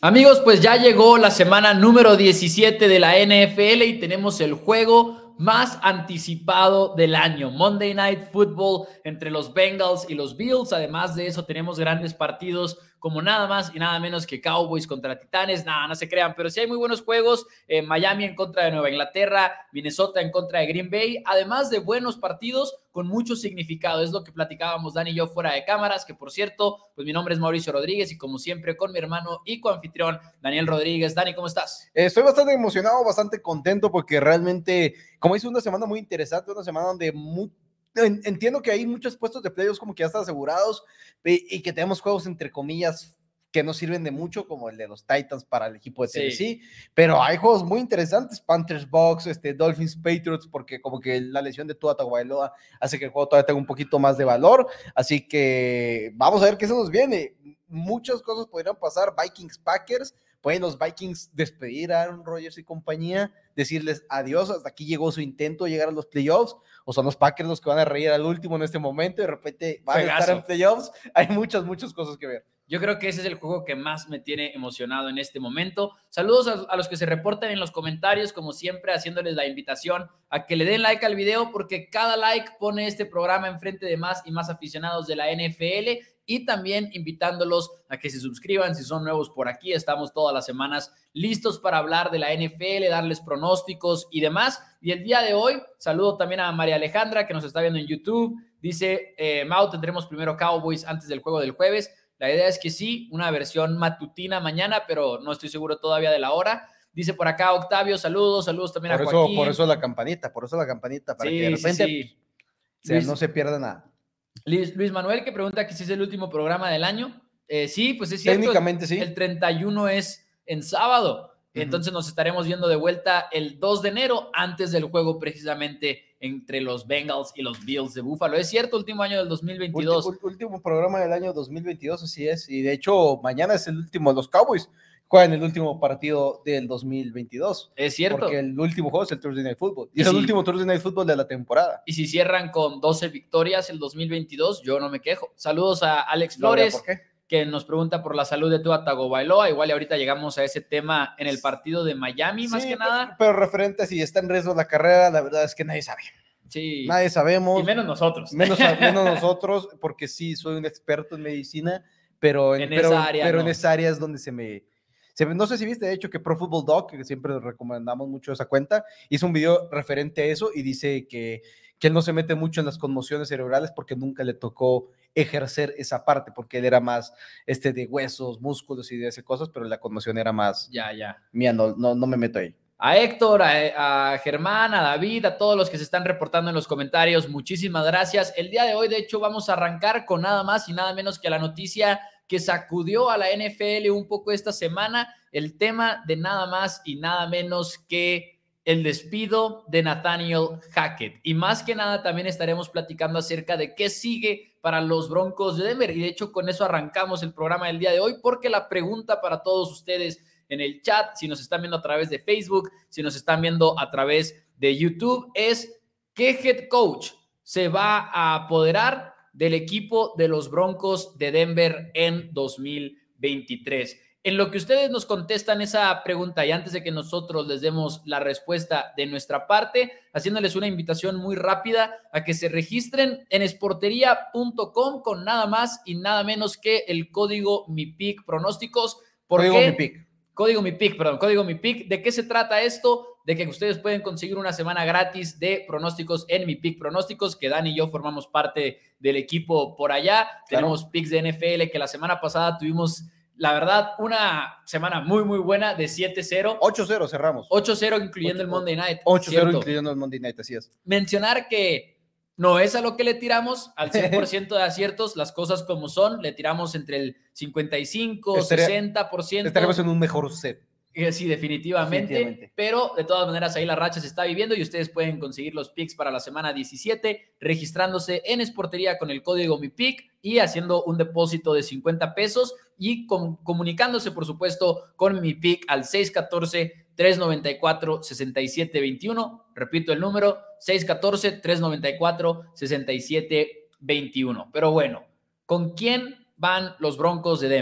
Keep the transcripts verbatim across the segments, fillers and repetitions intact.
Amigos, pues ya llegó la semana número diecisiete de la N F L y tenemos el juego más anticipado del año. Monday Night Football entre los Bengals y los Bills. Además de eso, tenemos grandes partidos como nada más y nada menos que Cowboys contra Titanes. Nada, no se crean, pero sí hay muy buenos juegos. Eh, Miami en contra de Nueva Inglaterra, Minnesota en contra de Green Bay. Además de buenos partidos con mucho significado. Es lo que platicábamos Dani y yo fuera de cámaras, que por cierto, pues mi nombre es Mauricio Rodríguez y como siempre con mi hermano y coanfitrión Daniel Rodríguez. Dani, ¿cómo estás? Eh, estoy bastante emocionado, bastante contento porque realmente, como dice, una semana muy interesante, una semana donde muy, entiendo que hay muchos puestos de playoffs como que ya están asegurados y, y que tenemos juegos entre comillas que no sirven de mucho, como el de los Titans para el equipo de Tennessee, sí. Pero hay juegos muy interesantes, Panthers Bucks, este, Dolphins Patriots, porque como que la lesión de Tua Tagovailoa hace que el juego todavía tenga un poquito más de valor, así que vamos a ver qué se nos viene. Muchas cosas podrían pasar. Vikings Packers, pueden los Vikings despedir a Aaron Rodgers y compañía, decirles adiós, hasta aquí llegó su intento de llegar a los playoffs, o son los Packers los que van a reír al último en este momento y de repente van Pegazo. a estar en playoffs. Hay muchas, muchas cosas que ver. Yo creo que ese es el juego que más me tiene emocionado en este momento. Saludos a, a los que se reportan en los comentarios, como siempre, haciéndoles la invitación a que le den like al video, porque cada like pone este programa enfrente de más y más aficionados de la N F L, y también invitándolos a que se suscriban si son nuevos por aquí. Estamos todas las semanas listos para hablar de la N F L, darles pronósticos y demás. Y el día de hoy, saludo también a María Alejandra, que nos está viendo en YouTube. Dice, eh, Mau, tendremos primero Cowboys antes del juego del jueves. La idea es que sí, una versión matutina mañana, pero no estoy seguro todavía de la hora. Dice por acá Octavio, saludos, saludos también por a eso, Joaquín. Por eso la campanita, por eso la campanita, para sí, que de repente sí, sí. Se, Luis, no se pierda nada. Luis, Luis Manuel que pregunta que si es el último programa del año. Eh, sí, pues es cierto. Técnicamente sí. El treinta y uno es en sábado. Uh-huh. Entonces nos estaremos viendo de vuelta el dos de enero, antes del juego precisamente entre los Bengals y los Bills de Buffalo. Es cierto, último año del dos mil veintidós. Último, último programa del año dos mil veintidós, así es. Y de hecho, mañana es el último de los Cowboys. Juegan el último partido del dos mil veintidós. Es cierto. Porque el último juego es el Thursday Night Football. Y, y es si, el último Thursday Night Football de la temporada. Y si cierran con doce victorias el dos mil veintidós, yo no me quejo. Saludos a Alex Flores, no, ¿por qué? que nos pregunta por la salud de Tua Tagovailoa. Igual y ahorita llegamos a ese tema en el partido de Miami, sí, más que nada. Pero, pero referente a si está en riesgo la carrera, la verdad es que nadie sabe. Sí. Nadie sabemos. Y menos nosotros. Menos, menos nosotros, porque sí, soy un experto en medicina, pero en, en pero, esa área pero no. en esa área es donde se me... Se, no sé si viste, de hecho, que Pro Football Doc, que siempre recomendamos mucho esa cuenta, hizo un video referente a eso y dice que, que él no se mete mucho en las conmociones cerebrales porque nunca le tocó ejercer esa parte, porque él era más este, de huesos, músculos y de esas cosas, pero la conmoción era más... Ya, ya. Mía, no, no, no me meto ahí. A Héctor, a, a Germán, a David, a todos los que se están reportando en los comentarios, muchísimas gracias. El día de hoy, de hecho, vamos a arrancar con nada más y nada menos que la noticia que sacudió a la N F L un poco esta semana, el tema de nada más y nada menos que el despido de Nathaniel Hackett. Y más que nada también estaremos platicando acerca de qué sigue para los Broncos de Denver. Y de hecho con eso arrancamos el programa del día de hoy, porque la pregunta para todos ustedes en el chat, si nos están viendo a través de Facebook, si nos están viendo a través de YouTube, es ¿qué head coach se va a apoderar del equipo de los Broncos de Denver en dos mil veintitrés? En lo que ustedes nos contestan esa pregunta y antes de que nosotros les demos la respuesta de nuestra parte, haciéndoles una invitación muy rápida a que se registren en esportería punto com con nada más y nada menos que el código MIPIC pronósticos. ¿Por código qué? MIPIC. Código MIPIC, perdón, código MIPIC. ¿De qué se trata esto? De que ustedes pueden conseguir una semana gratis de pronósticos en MIPIC Pronósticos, que Dani y yo formamos parte del equipo por allá. Claro. Tenemos picks de N F L, que la semana pasada tuvimos, la verdad, una semana muy, muy buena de siete cero. ocho cero cerramos. ocho cero incluyendo ocho, el Monday Night. ocho cero incluyendo el Monday Night, así es. Mencionar que no es a lo que le tiramos, al cien por ciento de aciertos, las cosas como son, le tiramos entre el cincuenta y cinco, Estaría, sesenta por ciento. Estaremos en un mejor set. Sí, definitivamente, definitivamente, pero de todas maneras ahí la racha se está viviendo y ustedes pueden conseguir los picks para la semana diecisiete registrándose en Esportería con el código MIPIC y haciendo un depósito de cincuenta pesos y com- comunicándose, por supuesto, con MIPIC al seis uno cuatro, tres nueve cuatro, seis siete dos uno. Repito el número, seis uno cuatro, tres nueve cuatro, seis siete dos uno. Pero bueno, ¿con quién van los Broncos de Denver?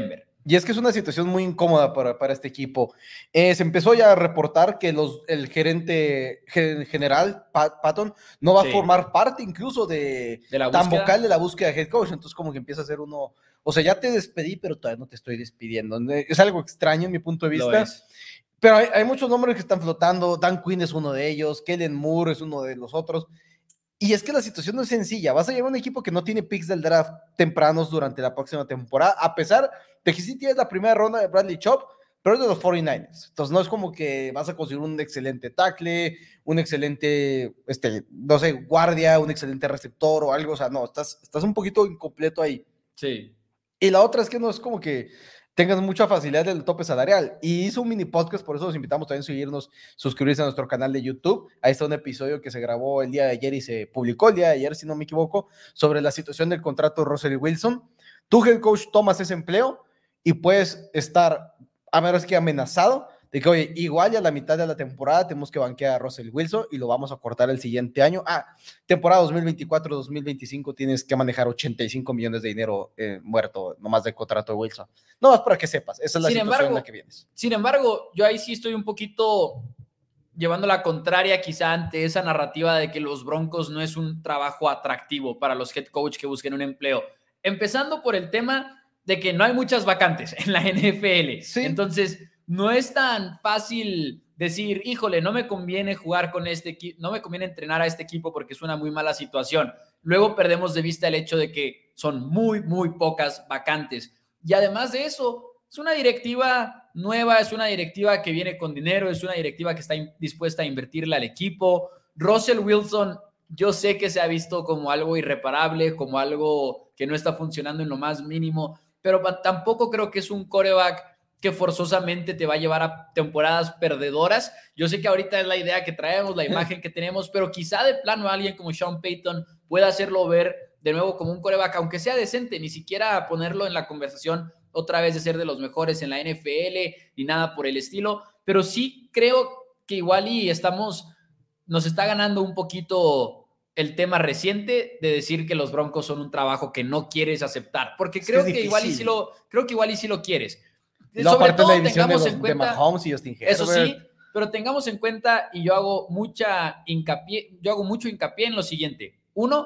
Y es que es una situación muy incómoda para, para este equipo. Eh, se empezó ya a reportar que los, el gerente gen, general, Pat, Patton, no va sí. a formar parte incluso de, de la tan vocal de la búsqueda de head coach. Entonces como que empieza a ser uno, o sea, ya te despedí, pero todavía no te estoy despidiendo. Es algo extraño en mi punto de vista. Pero hay, hay muchos nombres que están flotando. Dan Quinn es uno de ellos. Kellen Moore es uno de los otros. Y es que la situación no es sencilla. Vas a llevar un equipo que no tiene picks del draft tempranos durante la próxima temporada, a pesar de que sí tienes la primera ronda de Bradley Chubb, pero es de los cuarenta y nueve ers. Entonces no es como que vas a conseguir un excelente tackle, un excelente, este, no sé, guardia, un excelente receptor o algo. O sea, no, estás, estás un poquito incompleto ahí. Sí. Y la otra es que no es como que tengas mucha facilidad del tope salarial. Y hizo un mini podcast, por eso los invitamos también a seguirnos, suscribirse a nuestro canal de YouTube. Ahí está un episodio que se grabó el día de ayer y se publicó el día de ayer, si no me equivoco, sobre la situación del contrato de Russell Wilson. Tu head coach tomas ese empleo y puedes estar, a menos que amenazado, de que, oye, igual ya a la mitad de la temporada tenemos que banquear a Russell Wilson y lo vamos a cortar el siguiente año. Ah, temporada dos mil veinticuatro dos mil veinticinco tienes que manejar ochenta y cinco millones de dinero eh, muerto, nomás del contrato de Wilson. Nomás para que sepas, esa es la sin situación embargo, en la que vienes. Sin embargo, yo ahí sí estoy un poquito llevando la contraria quizá ante esa narrativa de que los Broncos no es un trabajo atractivo para los head coach que busquen un empleo. Empezando por el tema de que no hay muchas vacantes en la N F L. Sí. Entonces, no es tan fácil decir, híjole, no me conviene jugar con este equipo, no me conviene entrenar a este equipo porque es una muy mala situación. Luego perdemos de vista el hecho de que son muy, muy pocas vacantes. Y además de eso, es una directiva nueva, es una directiva que viene con dinero, es una directiva que está dispuesta a invertirle al equipo. Russell Wilson, yo sé que se ha visto como algo irreparable, como algo que no está funcionando en lo más mínimo, pero tampoco creo que es un quarterback que forzosamente te va a llevar a temporadas perdedoras. Yo sé que ahorita es la idea que traemos, la imagen que tenemos, pero quizá de plano alguien como Sean Payton pueda hacerlo ver de nuevo como un quarterback, aunque sea decente, ni siquiera ponerlo en la conversación otra vez de ser de los mejores en la N F L, ni nada por el estilo, pero sí creo que igual y estamos, nos está ganando un poquito el tema reciente de decir que los Broncos son un trabajo que no quieres aceptar, porque es creo que, que igual y sí lo, creo que igual y sí lo quieres. No, sobre todo tengamos de los, en cuenta, de Mahomes y Justin Herbert. Eso sí, pero tengamos en cuenta, y yo hago mucha hincapié, yo hago mucho hincapié en lo siguiente. Uno,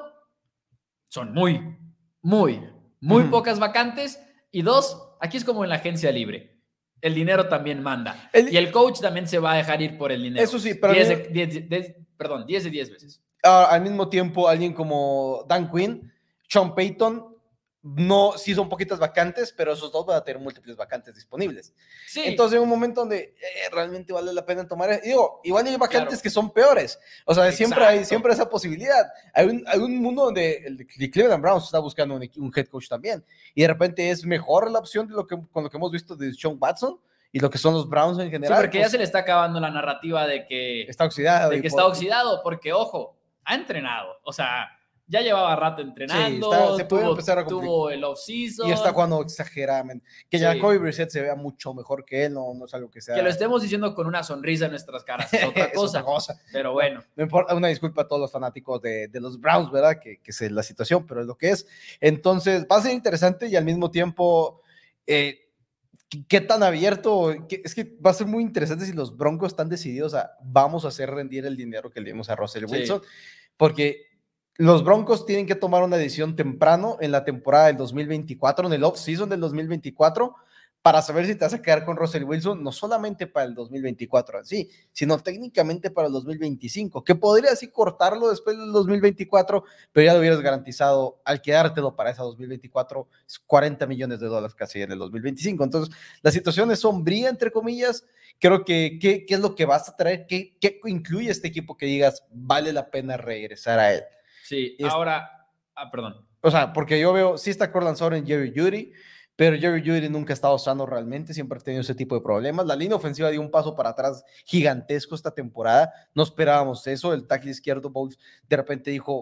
son muy, muy, muy uh-huh. pocas vacantes. Y dos, aquí es como en la agencia libre. El dinero también manda. El, y el coach también se va a dejar ir por el dinero. Eso sí, pero... diez de, diez, diez, perdón, diez de diez veces. Uh, al mismo tiempo, alguien como Dan Quinn, Sean Payton, no, sí son poquitas vacantes, pero esos dos van a tener múltiples vacantes disponibles. Sí. Entonces, en un momento donde eh, realmente vale la pena tomar, digo, igual hay vacantes claro. que son peores. O sea, siempre hay, siempre esa posibilidad. Hay un, hay un mundo donde el de Cleveland Browns está buscando un, un head coach también. Y de repente es mejor la opción de lo que, con lo que hemos visto de Sean Watson y lo que son los Browns en general. Sí, porque pues, ya se le está acabando la narrativa de que está oxidado. De que está por... oxidado, porque, ojo, ha entrenado. O sea, ya llevaba rato entrenando, sí, está, se puede tuvo, empezar a tuvo el off-season. Y está jugando exageradamente. Que sí. ya Jacoby Brissett se vea mucho mejor que él, no, no es algo que sea... Que lo estemos diciendo con una sonrisa en nuestras caras, es otra cosa. es otra cosa. Pero bueno. No, no importa, una disculpa a todos los fanáticos de, de los Browns, ¿verdad? Que, que es la situación, pero es lo que es. Entonces, va a ser interesante y al mismo tiempo... Eh, ¿Qué tan abierto? ¿Qué, es que va a ser muy interesante si los Broncos están decididos a vamos a hacer rendir el dinero que le dimos a Russell Wilson, sí. porque los Broncos tienen que tomar una decisión temprano en la temporada del dos mil veinticuatro, en el off-season del dos mil veinticuatro, para saber si te vas a quedar con Russell Wilson, no solamente para el dos mil veinticuatro así, sino técnicamente para el dos mil veinticinco, que podría así cortarlo después del dos mil veinticuatro, pero ya lo hubieras garantizado al quedártelo para esa dos mil veinticuatro, cuarenta millones de dólares casi en el dos mil veinticinco. Entonces, la situación es sombría, entre comillas. Creo que, ¿qué, qué es lo que vas a traer? ¿Qué, qué incluye este equipo que digas vale la pena regresar a él? Sí, es, ahora, ah, perdón. O sea, porque yo veo, sí está Courtland Sutton, Jerry Jeudy, pero Jerry Jeudy nunca ha estado sano realmente, siempre ha tenido ese tipo de problemas. La línea ofensiva dio un paso para atrás gigantesco esta temporada, no esperábamos eso. El tackle izquierdo, Bowles, de repente dijo,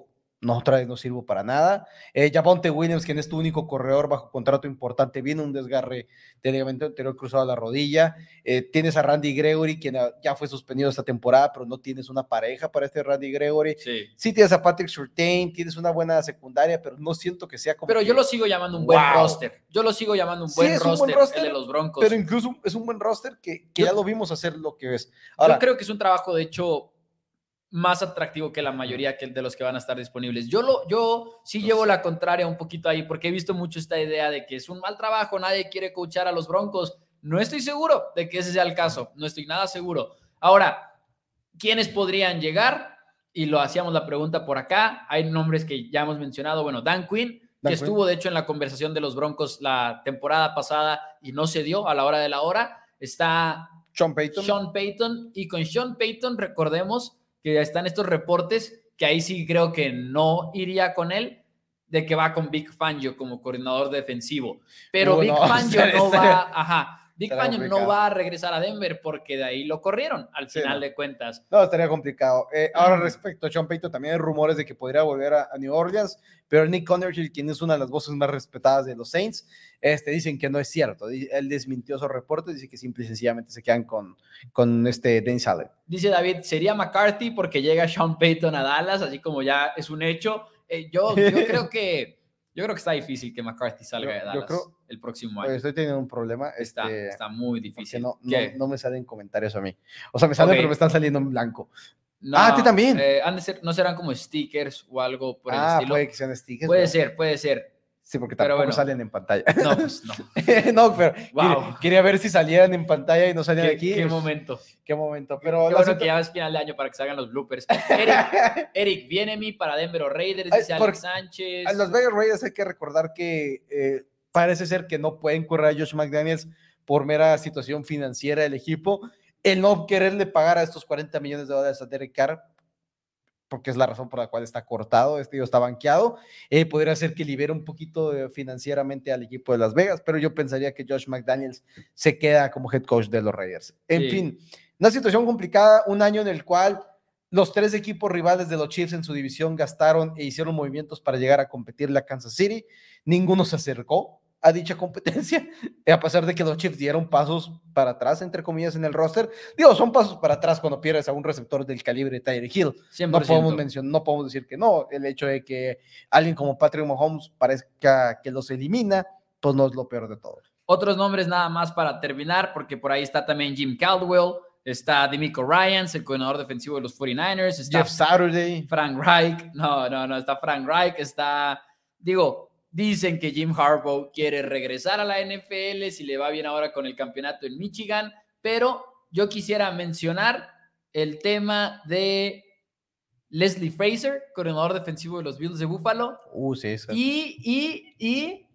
no, otra vez no sirvo para nada. Eh, Javonte Williams, quien es tu único corredor bajo contrato importante, viene un desgarre de ligamento anterior cruzado a la rodilla. Eh, tienes a Randy Gregory, quien ya fue suspendido esta temporada, pero no tienes una pareja para este Randy Gregory. Sí, sí tienes a Patrick Surtain, tienes una buena secundaria, pero no siento que sea como Pero que... yo lo sigo llamando un wow. buen roster. Yo lo sigo llamando un Sí, buen, es un roster, buen roster, el de los Broncos. pero incluso es un buen roster que, que Yo- ya lo vimos hacer lo que es. Ahora, Yo creo que es un trabajo, de hecho, más atractivo que la mayoría que de los que van a estar disponibles. Yo, lo, yo sí llevo la contraria un poquito ahí, porque he visto mucho esta idea de que es un mal trabajo, nadie quiere coachar a los Broncos. No estoy seguro de que ese sea el caso, no estoy nada seguro. Ahora, ¿quiénes podrían llegar? Y lo hacíamos la pregunta por acá. Hay nombres que ya hemos mencionado. Bueno, Dan Quinn, Dan que Quinn. estuvo de hecho en la conversación de los Broncos la temporada pasada y no se dio a la hora de la hora. Está Sean Payton. Sean Payton, y con Sean Payton recordemos que ya están estos reportes que ahí sí creo que no iría con él, de que va con Vic Fangio como coordinador defensivo. Pero Uh, Vic no, Fangio estaría- no estaría- va, ajá, Vic estaría Fangio no complicado. va a regresar a Denver porque de ahí lo corrieron al Sí, final no. de cuentas. No, estaría complicado. Eh, ahora, respecto a Sean Payton, también hay rumores de que podría volver a, a New Orleans, pero Nick Underhill, quien es una de las voces más respetadas de los Saints, este, dicen que no es cierto. Él desmintió esos reportes, dice que simple y sencillamente se quedan con, con este Dennis Allen. Dice David, sería McCarthy porque llega Sean Payton a Dallas, así como ya es un hecho. Eh, yo, yo creo que yo creo que está difícil que McCarthy salga Yo- de yo Dallas creo- el próximo Oye, año. estoy teniendo un problema. Está, este, está muy porque difícil. no, no, ¿Qué? no me salen comentarios a mí. O sea, me salen, Ok. pero me están saliendo en blanco. No, Ah, ¿a ti también? eh, han de ser, no serán como stickers o algo por el Ah, estilo. puede que sean stickers. Puede ¿verdad? ser, puede ser. Sí, porque pero tampoco bueno. salen en pantalla. No, pues no. no, pero Wow. quería, quería ver si salían en pantalla y no salían ¿Qué, aquí. qué Pues, momento. Qué momento. Pero Qué la bueno situ- que ya es final de año para que salgan los bloopers. Eric, Eric Bieniemy para Denver o Raiders, dice Ay, Alex por- Sánchez. A los Vegas Raiders hay que recordar que eh, parece ser que no pueden correr a Josh McDaniels por mera situación financiera del equipo. El no quererle pagar a estos cuarenta millones de dólares a Derek Carr, porque es la razón por la cual está cortado, este está banqueado, eh, podría ser que libere un poquito eh, financieramente al equipo de Las Vegas, pero yo pensaría que Josh McDaniels se queda como head coach de los Raiders. En Sí. fin, una situación complicada, un año en el cual los tres equipos rivales de los Chiefs en su división gastaron e hicieron movimientos para llegar a competirle a Kansas City, ninguno se acercó a dicha competencia, a pesar de que los Chiefs dieron pasos para atrás, entre comillas, en el roster. Digo, son pasos para atrás cuando pierdes a un receptor del calibre de Tyreek Hill. cien No por ciento. podemos mencionar, no podemos decir que no. El hecho de que alguien como Patrick Mahomes parezca que los elimina, pues no es lo peor de todo. Otros nombres nada más para terminar, porque por ahí está también Jim Caldwell, está D'Amico Ryans, el coordinador defensivo de los cuarenta y nueve ers, está Jeff Saturday. Frank Reich, no, no, no, está Frank Reich, está, digo, dicen que Jim Harbaugh quiere regresar a la N F L si le va bien ahora con el campeonato en Michigan, pero yo quisiera mencionar el tema de Leslie Frazier, coordinador defensivo de los Bills de Buffalo, Uh, sí, eso. y, y, y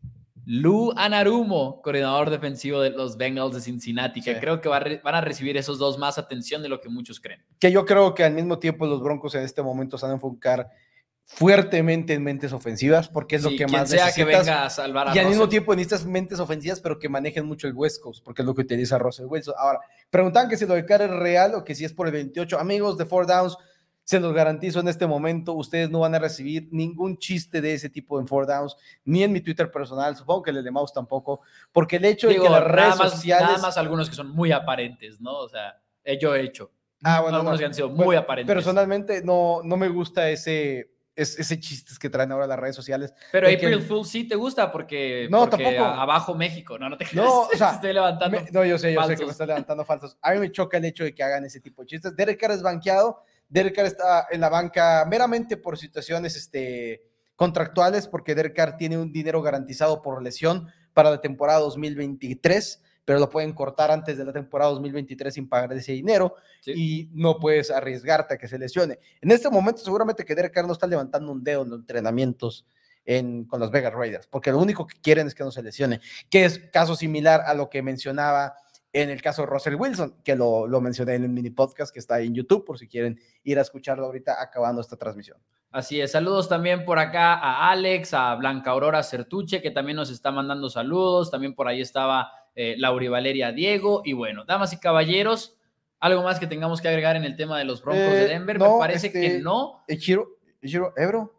Lou Anarumo, coordinador defensivo de los Bengals de Cincinnati, que Sí. creo que va a re- van a recibir esos dos más atención de lo que muchos creen. Que yo creo que al mismo tiempo los Broncos en este momento se van a enfocar fuertemente en mentes ofensivas, porque es Sí, lo que quien más sea que necesitas. venga a salvar a Y al mismo Russell. tiempo necesitas mentes ofensivas, pero que manejen mucho el West Coast, porque es lo que utiliza Russell Wilson. Ahora, preguntaban que si lo de Carr es real o que si es por el veintiocho. Amigos de Four Downs, se los garantizo en este momento, ustedes no van a recibir ningún chiste de ese tipo en Four Downs, ni en mi Twitter personal, supongo que el de Mouse tampoco, porque el hecho Digo, de que las nada redes más, sociales... nada más algunos que son muy aparentes, ¿no? O sea, eh, yo he hecho. Ah, bueno, algunos no. que han sido Bueno, muy aparentes. Personalmente no, no me gusta ese, ese, ese chistes que traen ahora las redes sociales. Pero de que- April Fool sí te gusta porque, No, porque tampoco. a- abajo México, no, no te creas. No, o sea, estoy levantando. Me- no, yo sé, yo sé que falsos. me está levantando falsos. A mí me choca el hecho de que hagan ese tipo de chistes. Derek Carr es banqueado. Derek Carr está en la banca meramente por situaciones este, contractuales, porque Derek Carr tiene un dinero garantizado por lesión para la temporada dos mil veintitrés, pero lo pueden cortar antes de la temporada dos mil veintitrés sin pagar ese dinero, Sí. y no puedes arriesgarte a que se lesione. En este momento seguramente que Derek Carr no está levantando un dedo en los entrenamientos en, con los Vegas Raiders, porque lo único que quieren es que no se lesione, que es caso similar a lo que mencionaba en el caso de Russell Wilson, que lo, lo mencioné en el mini podcast que está ahí en YouTube, por si quieren ir a escucharlo ahorita acabando esta transmisión. Así es, saludos también por acá a Alex, a Blanca Aurora Certuche, que también nos está mandando saludos, también por ahí estaba eh, Lauri Valeria Diego, y bueno, damas y caballeros, algo más que tengamos que agregar en el tema de los Broncos Eh, de Denver, no, me parece este, que no. Eh, Giro, Giro Ebro.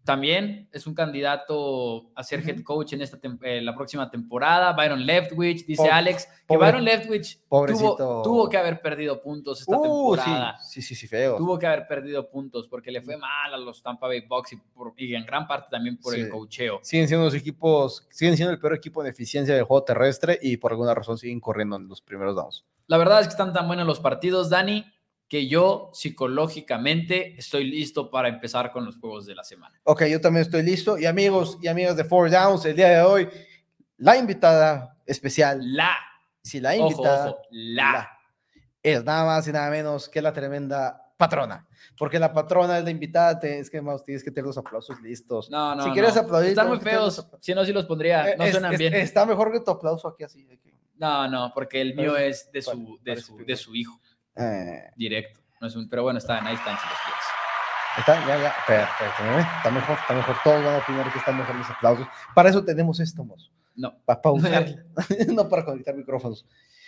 también es un candidato a ser uh-huh. head coach en esta eh, la próxima temporada. Byron Leftwich, dice pobre, Alex, que pobre, Byron Leftwich tuvo, tuvo que haber perdido puntos esta uh, temporada. Sí, sí, sí, sí, feo. Tuvo que haber perdido puntos porque le fue mal a los Tampa Bay Bucks y, por, y en gran parte también por sí. el coacheo. Siguen siendo los equipos, siguen siendo el peor equipo de eficiencia del juego terrestre y por alguna razón siguen corriendo en los primeros downs. La verdad es que están tan buenos los partidos, Dani, que yo psicológicamente estoy listo para empezar con los juegos de la semana. Ok, yo también estoy listo. Y amigos y amigas de Four Downs, el día de hoy, la invitada especial. La. Sí, la invitada. Ojo, ojo, la. la. Es nada más y nada menos que la tremenda patrona. Porque la patrona es la invitada. Te, es que más tienes que tener los aplausos listos. No, no, Si quieres no. aplaudir. Están muy feos. Si no, sí los pondría. No es, suenan es, bien. Está mejor que tu aplauso aquí así. Aquí. No, no, porque el mío Parece, es de su, de su, de su hijo. Eh. Directo. No es un, pero bueno, está, ahí están si los quieres. Está, ya, ya, perfecto. ¿no? Está mejor, está mejor. Todos van a opinar que están mejor los aplausos. Para eso tenemos esto, mozo. No. Para pausar, no para conectar micrófonos.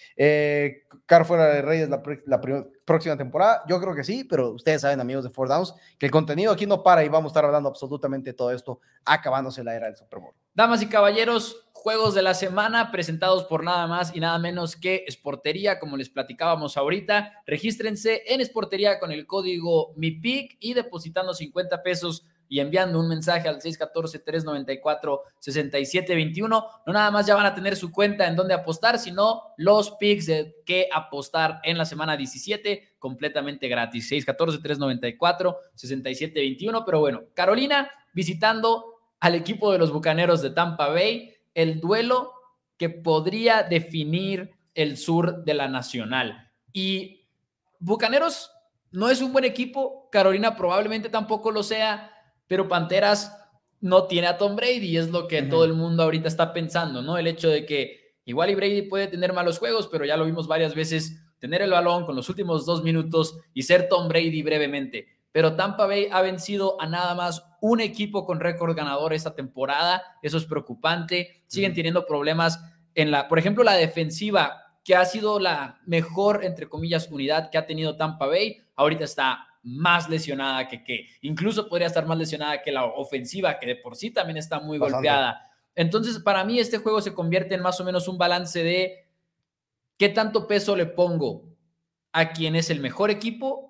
Eh, Car fuera de Reyes la, la próxima temporada, yo creo que sí, pero ustedes saben, amigos de Four Downs, que el contenido aquí no para y vamos a estar hablando absolutamente de todo esto acabándose la era del Super Bowl. Damas y caballeros, juegos de la semana presentados por nada más y nada menos que Sportería, como les platicábamos ahorita. Regístrense en Sportería con el código MIPIC y depositando cincuenta pesos y enviando un mensaje al seis uno cuatro, tres nueve cuatro, seis siete dos uno. No nada más ya van a tener su cuenta en donde apostar, sino los picks de qué apostar en la semana diecisiete completamente gratis. seis uno cuatro, tres nueve cuatro, seis siete dos uno. Pero bueno, Carolina visitando al equipo de los Bucaneros de Tampa Bay, el duelo que podría definir el sur de la Nacional. Y Bucaneros no es un buen equipo, Carolina probablemente tampoco lo sea, pero Panteras no tiene a Tom Brady, es lo que uh-huh. todo el mundo ahorita está pensando, ¿no? El hecho de que igual y Brady puede tener malos juegos, pero ya lo vimos varias veces, tener el balón con los últimos dos minutos y ser Tom Brady brevemente. Pero Tampa Bay ha vencido a nada más un equipo con récord ganador esta temporada, eso es preocupante, siguen uh-huh. teniendo problemas en la, por ejemplo, la defensiva, que ha sido la mejor, entre comillas, unidad que ha tenido Tampa Bay, ahorita está más lesionada que que, incluso podría estar más lesionada que la ofensiva, que de por sí también está muy Bastante. golpeada. Entonces, para mí este juego se convierte en más o menos un balance de qué tanto peso le pongo a quien es el mejor equipo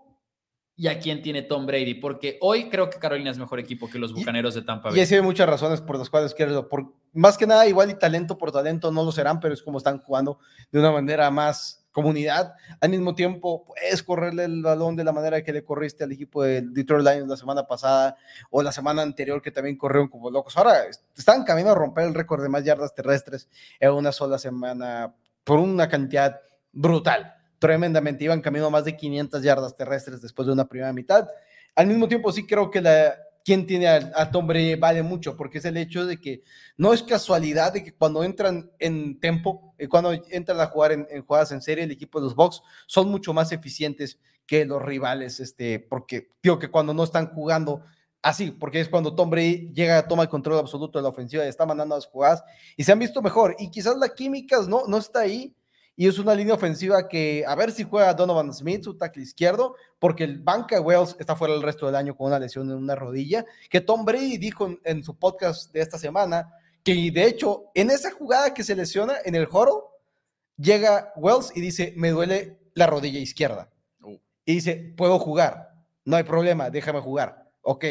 y a quien tiene Tom Brady, porque hoy creo que Carolina es mejor equipo que los Bucaneros y, de Tampa Bay. Y así hay muchas razones por las cuales quiero, por, más que nada igual y talento por talento no lo serán, pero es como están jugando de una manera más comunidad. Al mismo tiempo puedes correrle el balón de la manera que le corriste al equipo de Detroit Lions la semana pasada o la semana anterior, que también corrieron como locos. Ahora están camino a romper el récord de más yardas terrestres en una sola semana por una cantidad brutal. Tremendamente, iban camino a más de quinientas yardas terrestres después de una primera mitad. Al mismo tiempo sí creo que la, quien tiene a, a Tom Brady vale mucho, porque es el hecho de que no es casualidad de que cuando entran en tempo, eh, cuando entran a jugar en, en jugadas en serie, el equipo de los Bucs son mucho más eficientes que los rivales, este, porque digo que cuando no están jugando así, porque es cuando Tom Brady llega, toma el control absoluto de la ofensiva y está mandando las jugadas y se han visto mejor, y quizás la química no, no está ahí. Y es una línea ofensiva que, a ver si juega Donovan Smith, su tackle izquierdo, porque el banca Wells está fuera el resto del año con una lesión en una rodilla, que Tom Brady dijo en, en su podcast de esta semana, que de hecho, en esa jugada que se lesiona en el huddle, llega Wells y dice, me duele la rodilla izquierda. Uh. Y dice, puedo jugar, no hay problema, déjame jugar. Ok,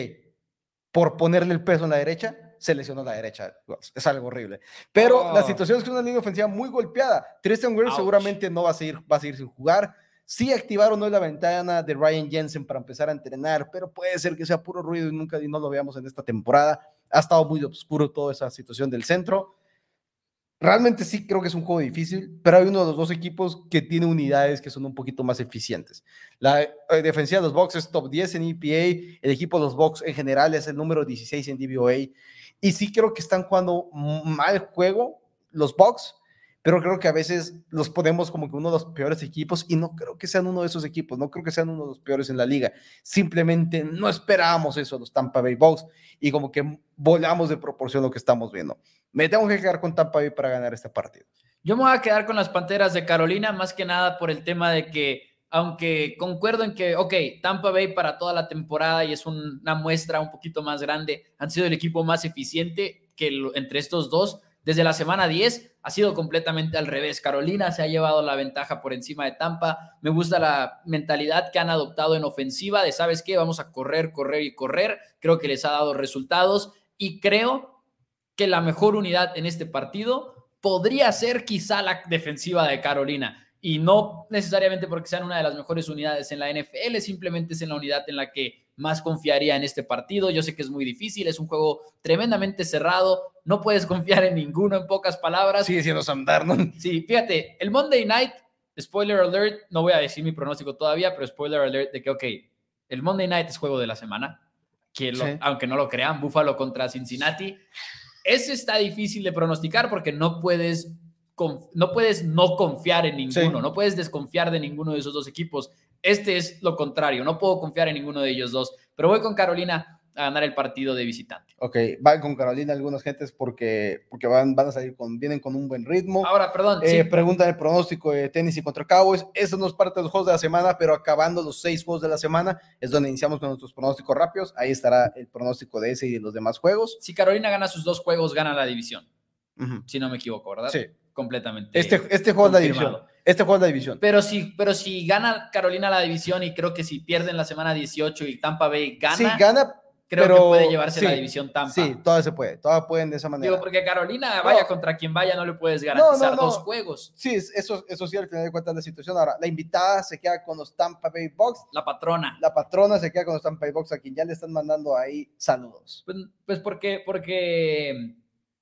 por ponerle el peso en la derecha, se lesionó la derecha. Es algo horrible. Pero oh. la situación es que es una línea ofensiva muy golpeada. Tristan Wirfs seguramente no va a seguir, va a seguir sin jugar. Sí activaron hoy la ventana de Ryan Jensen para empezar a entrenar, pero puede ser que sea puro ruido y nunca y no lo veamos en esta temporada. Ha estado muy oscuro toda esa situación del centro. Realmente sí creo que es un juego difícil, pero hay uno de los dos equipos que tiene unidades que son un poquito más eficientes. La eh, defensiva de los Bucs es top diez en E P A, el equipo de los Bucs en general es el número dieciséis en D V O A, y sí creo que están jugando mal juego los Bucs, pero creo que a veces los ponemos como que uno de los peores equipos, y no creo que sean uno de esos equipos, no creo que sean uno de los peores en la liga. Simplemente no esperábamos eso los Tampa Bay Bucs, y como que volamos de proporción lo que estamos viendo. Me tengo que quedar con Tampa Bay para ganar este partido. Yo me voy a quedar con las Panteras de Carolina, más que nada por el tema de que aunque concuerdo en que, ok, Tampa Bay para toda la temporada, y es un, una muestra un poquito más grande, han sido el equipo más eficiente que lo, entre estos dos. Desde la semana diez ha sido completamente al revés. Carolina se ha llevado la ventaja por encima de Tampa. Me gusta la mentalidad que han adoptado en ofensiva de, ¿sabes qué? Vamos a correr, correr y correr. Creo que les ha dado resultados y creo que la mejor unidad en este partido podría ser quizá la defensiva de Carolina. Y no necesariamente porque sean una de las mejores unidades en la N F L, simplemente es en la unidad en la que más confiaría en este partido. Yo sé que es muy difícil, es un juego tremendamente cerrado, no puedes confiar en ninguno, en pocas palabras. Sigue siendo Sam Darnold. Sí, fíjate, el Monday Night, spoiler alert, no voy a decir mi pronóstico todavía, pero spoiler alert de que, ok, el Monday Night es juego de la semana, que lo, sí. aunque no lo crean, Buffalo contra Cincinnati. Ese está difícil de pronosticar porque no puedes, no puedes no confiar en ninguno, sí. no puedes desconfiar de ninguno de esos dos equipos. Este es lo contrario, no puedo confiar en ninguno de ellos dos, pero voy con Carolina a ganar el partido de visitante. Ok, van con Carolina algunas gentes porque, porque van, van a salir con, vienen con un buen ritmo. Ahora, perdón. Eh, sí. Preguntan el pronóstico de Tennessee contra Cowboys. Eso no es parte de los juegos de la semana, pero acabando los seis juegos de la semana es donde iniciamos con nuestros pronósticos rápidos. Ahí estará el pronóstico de ese y de los demás juegos. Si Carolina gana sus dos juegos, gana la división. Uh-huh. Si no me equivoco, ¿verdad? Sí. Completamente. Este, este juego es la división. Este juego es la división. Pero si, pero si gana Carolina la división, y creo que si pierden la semana dieciocho y Tampa Bay gana, sí, gana creo pero, que puede llevarse sí, la división Tampa. Sí, todavía se puede. Todavía pueden de esa manera. Digo, porque Carolina, vaya no. contra quien vaya, no le puedes garantizar no, no, no. dos juegos. Sí, eso, eso sí, al final de cuentas la situación. Ahora, la invitada se queda con los Tampa Bay Bucks. La patrona. La patrona se queda con los Tampa Bay Bucks, a quien ya le están mandando ahí saludos. Pues, pues porque, porque,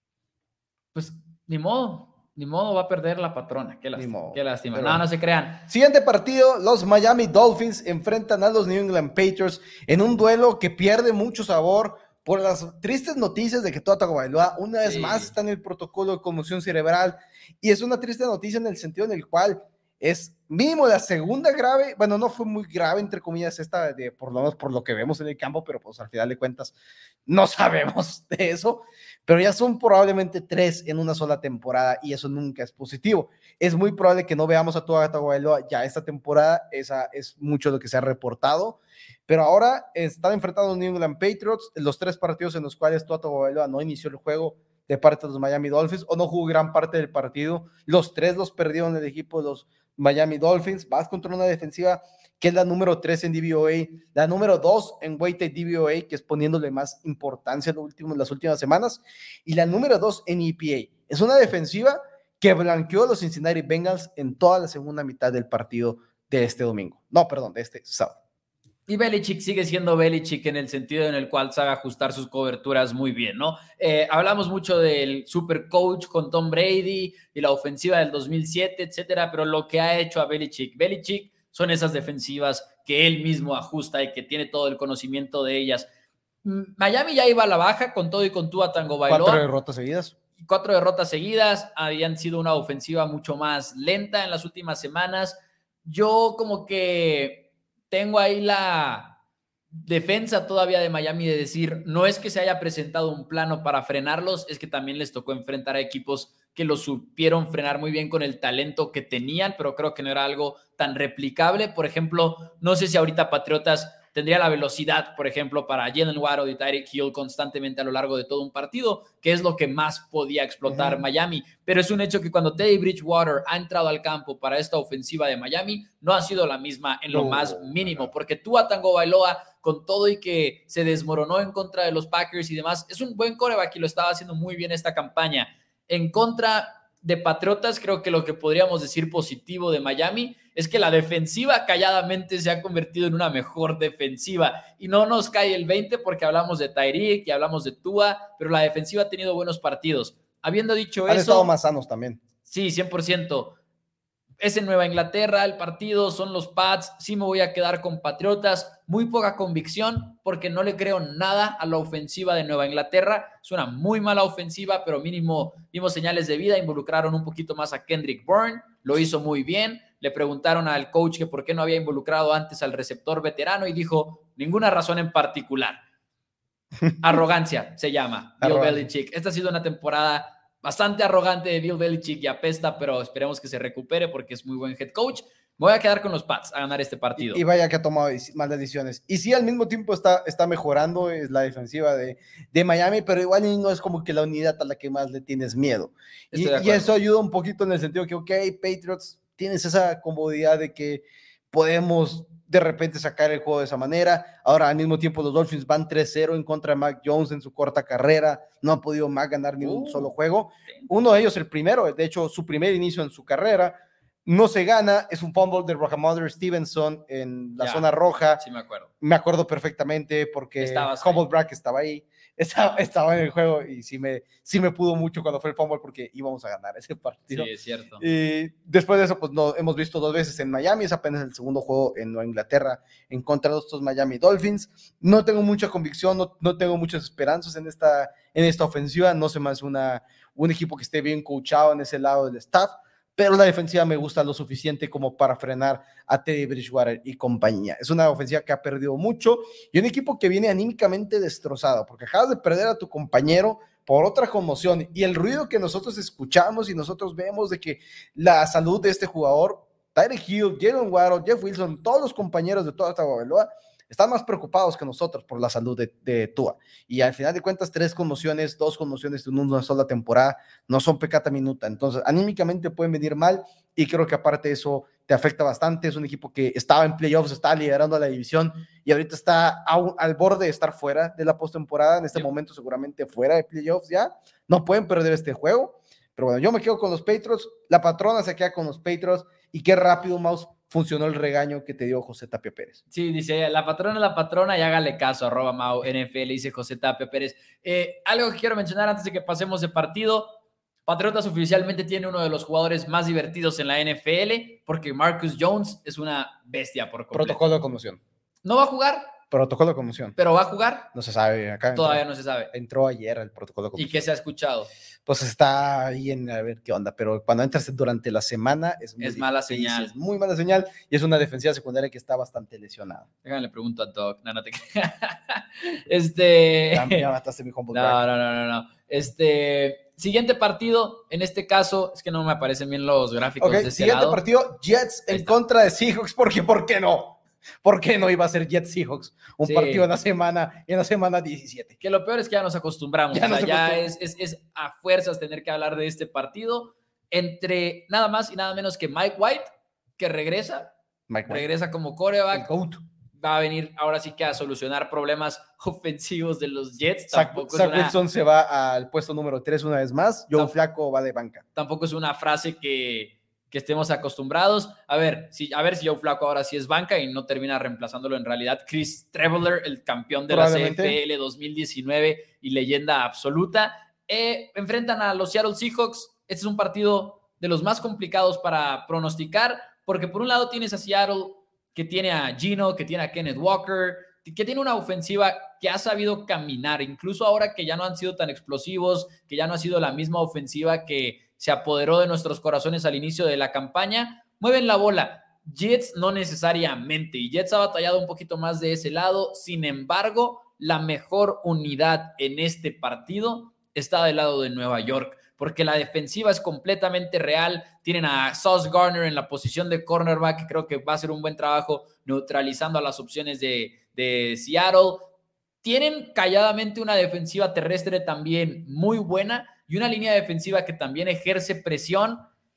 pues, ni modo. Ni modo, va a perder la patrona. Qué lástima. Qué lástima. Pero... No, no se crean. Siguiente partido, los Miami Dolphins enfrentan a los New England Patriots en un duelo que pierde mucho sabor por las tristes noticias de que Tua Tagovailoa una vez sí. más está en el protocolo de conmoción cerebral. Y es una triste noticia en el sentido en el cual es mínimo la segunda grave, bueno, no fue muy grave, entre comillas, esta, de, por lo menos por lo que vemos en el campo, pero pues al final de cuentas no sabemos de eso, pero ya son probablemente tres en una sola temporada y eso nunca es positivo. Es muy probable que no veamos a Tua Tagovailoa ya esta temporada, esa es mucho lo que se ha reportado, pero ahora están enfrentando a los New England Patriots, los tres partidos en los cuales Tua Tagovailoa no inició el juego de parte de los Miami Dolphins o no jugó gran parte del partido, los tres los perdieron el equipo de los Miami Dolphins. Vas contra una defensiva que es la número tres en D V O A, la número dos en weighted D V O A, que es poniéndole más importancia en, último, en las últimas semanas, y la número dos en E P A. Es una defensiva que blanqueó a los Cincinnati Bengals en toda la segunda mitad del partido de este domingo. No, perdón, de este sábado. Y Belichick sigue siendo Belichick en el sentido en el cual sabe ajustar sus coberturas muy bien, ¿no? Eh, hablamos mucho del super coach con Tom Brady y la ofensiva del dos mil siete, etcétera, pero lo que ha hecho a Belichick, Belichick son esas defensivas que él mismo ajusta y que tiene todo el conocimiento de ellas. Miami ya iba a la baja con todo y con Tua Tagovailoa. Cuatro derrotas seguidas. Cuatro derrotas seguidas, habían sido una ofensiva mucho más lenta en las últimas semanas. Yo como que... tengo ahí la defensa todavía de Miami de decir, no es que se haya presentado un plano para frenarlos, es que también les tocó enfrentar a equipos que los supieron frenar muy bien con el talento que tenían, pero creo que no era algo tan replicable. Por ejemplo, no sé si ahorita Patriotas tendría la velocidad, por ejemplo, para Jalen Waddle y Tyreek Hill constantemente a lo largo de todo un partido, que es lo que más podía explotar uh-huh. Miami. Pero es un hecho que cuando Teddy Bridgewater ha entrado al campo para esta ofensiva de Miami, no ha sido la misma en lo no, más mínimo, no. porque Tua Tagovailoa, con todo y que se desmoronó en contra de los Packers y demás, es un buen quarterback y lo estaba haciendo muy bien esta campaña. En contra de Patriotas, creo que lo que podríamos decir positivo de Miami es que la defensiva calladamente se ha convertido en una mejor defensiva y no nos cae el veinte porque hablamos de Tyreek y hablamos de Tua, pero la defensiva ha tenido buenos partidos. Habiendo dicho Han eso... estado más sanos también. Sí, cien por ciento. Es en Nueva Inglaterra el partido, son los Pats, sí me voy a quedar con Patriotas, muy poca convicción porque no le creo nada a la ofensiva de Nueva Inglaterra, es una muy mala ofensiva, pero mínimo vimos señales de vida, involucraron un poquito más a Kendrick Bourne, lo hizo muy bien, le preguntaron al coach que por qué no había involucrado antes al receptor veterano y dijo, ninguna razón en particular. Arrogancia se llama, Bill Belichick. Esta ha sido una temporada bastante arrogante de Bill Belichick y apesta, pero esperemos que se recupere porque es muy buen head coach. Me voy a quedar con los Pats a ganar este partido. Y, y vaya que ha tomado malas decisiones. Y sí, al mismo tiempo está, está mejorando es la defensiva de, de Miami, pero igual no es como que la unidad a la que más le tienes miedo. Y, y eso ayuda un poquito en el sentido que, ok, Patriots, tienes esa comodidad de que podemos de repente sacar el juego de esa manera. Ahora, al mismo tiempo, los Dolphins van tres cero en contra de Mac Jones en su corta carrera. No ha podido Mac ganar ni un uh, solo juego. Uno de ellos, el primero, de hecho, su primer inicio en su carrera, no se gana. Es un fumble de Rahamondre Stevenson en la ya, zona roja. Sí, me acuerdo. Me acuerdo perfectamente porque Hubble Brack estaba ahí. Estaba, estaba en el juego y sí me, sí me pudo mucho cuando fue el fumble porque íbamos a ganar ese partido. Sí, es cierto. Y después de eso, pues lo hemos visto dos veces en Miami, es apenas el segundo juego en Nueva Inglaterra en contra de estos Miami Dolphins. No tengo mucha convicción, no, no tengo muchas esperanzas en esta, en esta ofensiva, no se me hace una, un equipo que esté bien coachado en ese lado del staff, pero la defensiva me gusta lo suficiente como para frenar a Teddy Bridgewater y compañía. Es una ofensiva que ha perdido mucho y un equipo que viene anímicamente destrozado, porque acabas de perder a tu compañero por otra conmoción y el ruido que nosotros escuchamos y nosotros vemos de que la salud de este jugador, Tyreek Hill, Jalen Waddle, Jeff Wilson, todos los compañeros de toda esta Babeloa, están más preocupados que nosotros por la salud de, de Tua. Y al final de cuentas, tres conmociones, dos conmociones en una sola temporada, no son pecata minuta. Entonces, anímicamente pueden venir mal y creo que aparte de eso te afecta bastante. Es un equipo que estaba en playoffs, estaba liderando la división y ahorita está a, al borde de estar fuera de la postemporada. En este sí. momento seguramente fuera de playoffs ya. No pueden perder este juego. Pero bueno, yo me quedo con los Patriots. La patrona se queda con los Patriots y qué rápido, Mouse, funcionó el regaño que te dio José Tapia Pérez. Sí, dice, la patrona es la patrona y hágale caso, arroba Mau N F L, dice José Tapia Pérez. Eh, algo que quiero mencionar antes de que pasemos de partido, Patriotas oficialmente tiene uno de los jugadores más divertidos en la N F L, porque Marcus Jones es una bestia por completo. Protocolo de conmoción. ¿No va a jugar? Protocolo de conmoción. ¿Pero va a jugar? No se sabe. Acá Todavía entró, no se sabe. Entró ayer el protocolo de conmoción. ¿Y qué se ha escuchado? Pues está ahí en a ver qué onda, pero cuando entras durante la semana es, muy es mala señal. Es muy mala señal y es una defensiva secundaria que está bastante lesionada. Déjame le pregunto a Doc. No, no te Este. Ya mataste mi combo. No, no, no, no, no. Este. Siguiente partido, en este caso, es que no me aparecen bien los gráficos okay, de ese siguiente lado. partido, Jets en contra de Seahawks, porque ¿por qué no? ¿Por qué no iba a ser Jets Seahawks? Un sí. partido en la semana, en la semana diecisiete. Que lo peor es que ya nos acostumbramos. Ya, o sea, nos ya es, es, es a fuerzas tener que hablar de este partido entre nada más y nada menos que Mike White, que regresa. Mike White. Regresa como quarterback. Va a venir ahora sí que a solucionar problemas ofensivos de los Jets. Zach, Zach una... Wilson se va al puesto número tres una vez más. Joe Flacco va de banca. Tampoco es una frase que... que estemos acostumbrados. A ver, si, a ver si Joe Flacco ahora sí es banca y no termina reemplazándolo en realidad. Chris Traveler, el campeón de la C F L dos mil diecinueve y leyenda absoluta. Eh, enfrentan a los Seattle Seahawks. Este es un partido de los más complicados para pronosticar, porque por un lado tienes a Seattle, que tiene a Gino, que tiene a Kenneth Walker, que tiene una ofensiva que ha sabido caminar, incluso ahora que ya no han sido tan explosivos, que ya no ha sido la misma ofensiva que se apoderó de nuestros corazones al inicio de la campaña, mueven la bola. Jets no necesariamente, y Jets ha batallado un poquito más de ese lado. Sin embargo, la mejor unidad en este partido está del lado de Nueva York, porque la defensiva es completamente real. Tienen a Sauce Gardner en la posición de cornerback, que creo que va a hacer un buen trabajo neutralizando a las opciones de, de Seattle. Tienen calladamente una defensiva terrestre también muy buena, y una línea defensiva que también ejerce presión.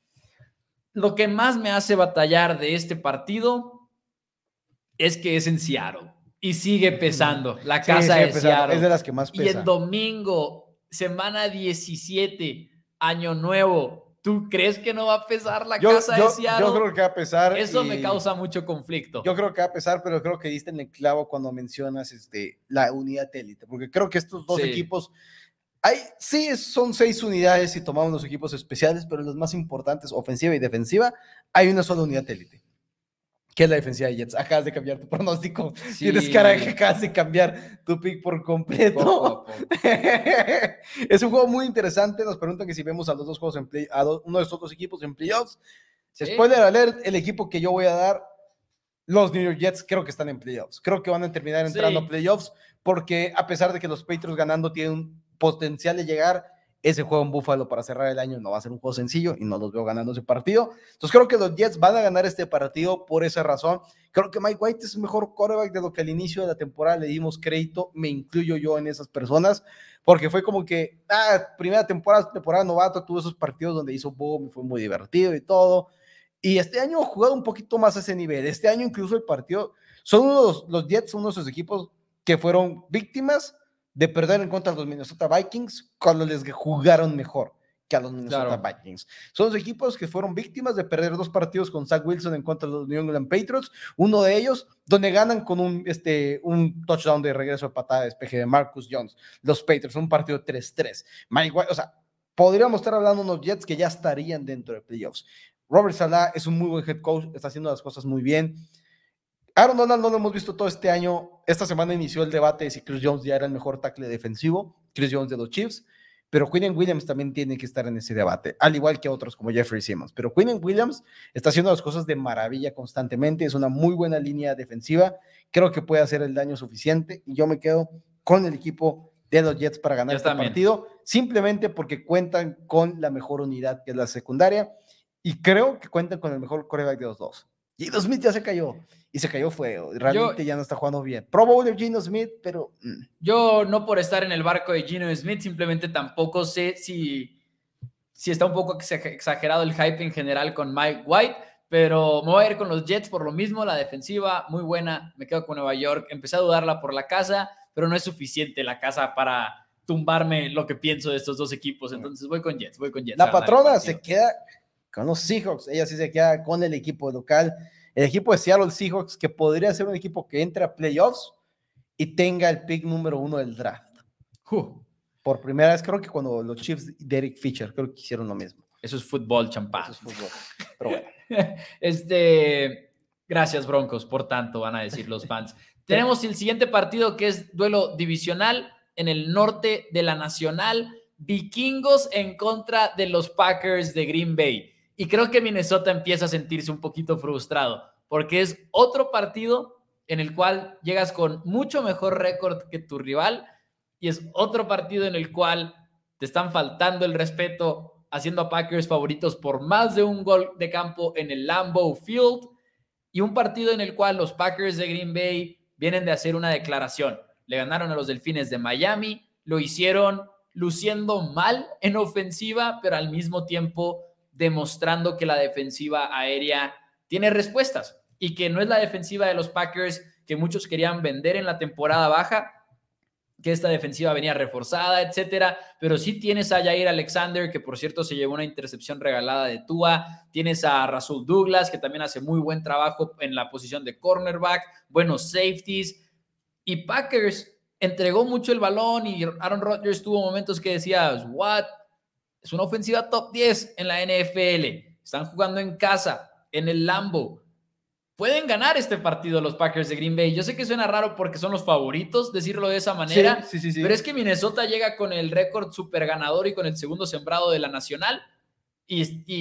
Lo que más me hace batallar de este partido es que es en Seattle y sigue pesando. La casa sí, de Seattle. Es de las que más pesa. Y el domingo, semana diecisiete, año nuevo, ¿tú crees que no va a pesar la yo, casa yo, de Seattle? Yo creo que va a pesar. Eso y... me causa mucho conflicto. Yo creo que va a pesar, pero creo que diste en el clavo cuando mencionas este, la unidad élite, porque creo que estos dos sí. equipos... Hay, sí, son seis unidades si tomamos los equipos especiales, pero los más importantes, ofensiva y defensiva, hay una sola unidad élite, que es la defensiva de Jets. Acabas de cambiar tu pronóstico. Sí. Tienes cara de que acabas de cambiar tu pick por completo. Poco, poco. Es un juego muy interesante. Nos preguntan que si vemos a los dos juegos en play, a dos, uno de estos dos equipos en playoffs. Sí. Spoiler alert, el equipo que yo voy a dar, los New York Jets, creo que están en playoffs. Creo que van a terminar entrando sí. a playoffs, porque a pesar de que los Patriots ganando tienen un potencial de llegar, ese juego en Buffalo para cerrar el año no va a ser un juego sencillo y no los veo ganando ese partido. Entonces creo que los Jets van a ganar este partido por esa razón. Creo que Mike White es el mejor quarterback de lo que al inicio de la temporada le dimos crédito, me incluyo yo en esas personas, porque fue como que, ah, primera temporada, temporada novato, tuvo esos partidos donde hizo boom, fue muy divertido y todo, y este año ha jugado un poquito más a ese nivel. Este año incluso el partido, son unos, los Jets son uno de esos equipos que fueron víctimas de perder en contra de los Minnesota Vikings cuando les jugaron mejor que a los Minnesota claro. Vikings. Son los equipos que fueron víctimas de perder dos partidos con Zach Wilson en contra de los New England Patriots, uno de ellos donde ganan con un, este, un touchdown de regreso de patada de despeje de Marcus Jones, los Patriots, un partido tres tres. Mike White, o sea, podríamos estar hablando de unos Jets que ya estarían dentro de playoffs. Robert Saleh es un muy buen head coach, está haciendo las cosas muy bien. Aaron Donald no lo hemos visto todo este año. Esta semana inició el debate de si Chris Jones ya era el mejor tackle defensivo, Chris Jones de los Chiefs, pero Quinnen Williams también tiene que estar en ese debate, al igual que otros como Jeffrey Simmons. Pero Quinnen Williams está haciendo las cosas de maravilla constantemente, es una muy buena línea defensiva, creo que puede hacer el daño suficiente y yo me quedo con el equipo de los Jets para ganar este partido, simplemente porque cuentan con la mejor unidad que es la secundaria y creo que cuentan con el mejor quarterback de los dos. Geno Smith ya se cayó, y se cayó feo, realmente yo, ya no está jugando bien. Pro Bowler Geno Smith, pero... Mm. Yo no por estar en el barco de Geno Smith, simplemente tampoco sé si, si está un poco exagerado el hype en general con Mike White, pero me voy a ir con los Jets por lo mismo, la defensiva muy buena, me quedo con Nueva York, empecé a dudarla por la casa, pero no es suficiente la casa para tumbarme lo que pienso de estos dos equipos, entonces voy con Jets, voy con Jets. La patrona se queda con los Seahawks, ella sí se queda con el equipo local, el equipo de Seattle Seahawks, que podría ser un equipo que entre a playoffs y tenga el pick número uno del draft. Uh. Por primera vez, creo que cuando los Chiefs y Derek Fisher, creo que hicieron lo mismo. Eso es fútbol, champán. Eso es fútbol, pero bueno. este, gracias, Broncos, por tanto, van a decir los fans. Tenemos el siguiente partido, que es duelo divisional en el norte de la Nacional. Vikingos en contra de los Packers de Green Bay. Y creo que Minnesota empieza a sentirse un poquito frustrado, porque es otro partido en el cual llegas con mucho mejor récord que tu rival, y es otro partido en el cual te están faltando el respeto, haciendo a Packers favoritos por más de un gol de campo en el Lambeau Field, y un partido en el cual los Packers de Green Bay vienen de hacer una declaración. Le ganaron a los Delfines de Miami, lo hicieron luciendo mal en ofensiva, pero al mismo tiempo demostrando que la defensiva aérea tiene respuestas y que no es la defensiva de los Packers que muchos querían vender en la temporada baja, que esta defensiva venía reforzada, etcétera, pero sí tienes a Jair Alexander, que por cierto se llevó una intercepción regalada de Tua, tienes a Rasul Douglas, que también hace muy buen trabajo en la posición de cornerback, buenos safeties, y Packers entregó mucho el balón y Aaron Rodgers tuvo momentos que decías, what? Es una ofensiva top diez en la N F L. Están jugando en casa, en el Lambeau. Pueden ganar este partido los Packers de Green Bay. Yo sé que suena raro porque son los favoritos, decirlo de esa manera, sí, sí, sí, sí. pero es que Minnesota llega con el récord super ganador y con el segundo sembrado de la Nacional y,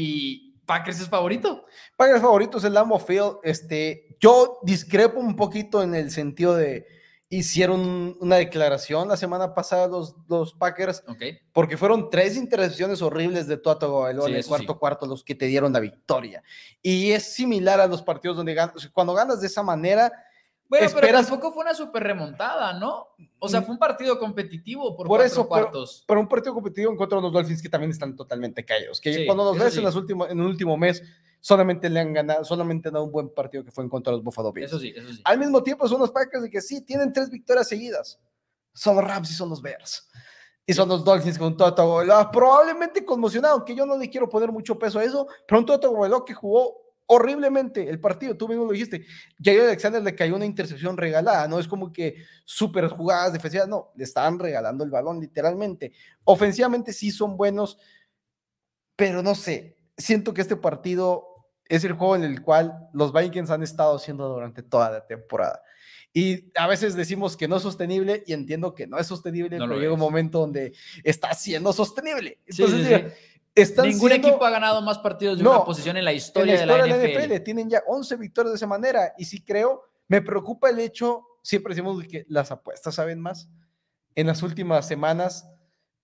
y Packers es favorito. Packers favoritos, el Lambeau Field. Este, yo discrepo un poquito en el sentido de hicieron una declaración la semana pasada los, los Packers, okay, porque fueron tres intercepciones horribles de Tua Tagovailoa sí, en el cuarto sí. cuarto los que te dieron la victoria. Y es similar a los partidos donde ganas, cuando ganas de esa manera, bueno, esperas... pero tampoco fue una super remontada, ¿no? O sea, fue un partido competitivo por, por cuatro eso, cuartos. Pero, pero un partido competitivo en contra de los Dolphins que también están totalmente caídos. Que sí, cuando los ves sí. en, las últimos, en el último mes, solamente le han ganado, solamente han dado un buen partido que fue en contra de los Buffalo Bills. Eso sí, eso sí. Al mismo tiempo son los Packers de que sí, tienen tres victorias seguidas. Son los Rams y son los Bears. Y son los Dolphins con Tua Tagovailoa, probablemente conmocionado, aunque yo no le quiero poner mucho peso a eso, pero un Tua Tagovailoa que jugó horriblemente el partido, tú mismo lo dijiste. Jair Alexander le cayó una intercepción regalada, no es como que súper jugadas defensivas, no, le estaban regalando el balón literalmente. Ofensivamente sí son buenos, pero no sé, siento que este partido es el juego en el cual los Vikings han estado haciendo durante toda la temporada. Y a veces decimos que no es sostenible y entiendo que no es sostenible, no pero llega es. un momento donde está siendo sostenible. Entonces, sí, sí, sí. Están Ningún siendo... equipo ha ganado más partidos de no, una posición en la historia, en la, historia de la, de N F L. N F L. Tienen ya once victorias de esa manera. Y sí creo, me preocupa el hecho, siempre decimos que las apuestas saben más. En las últimas semanas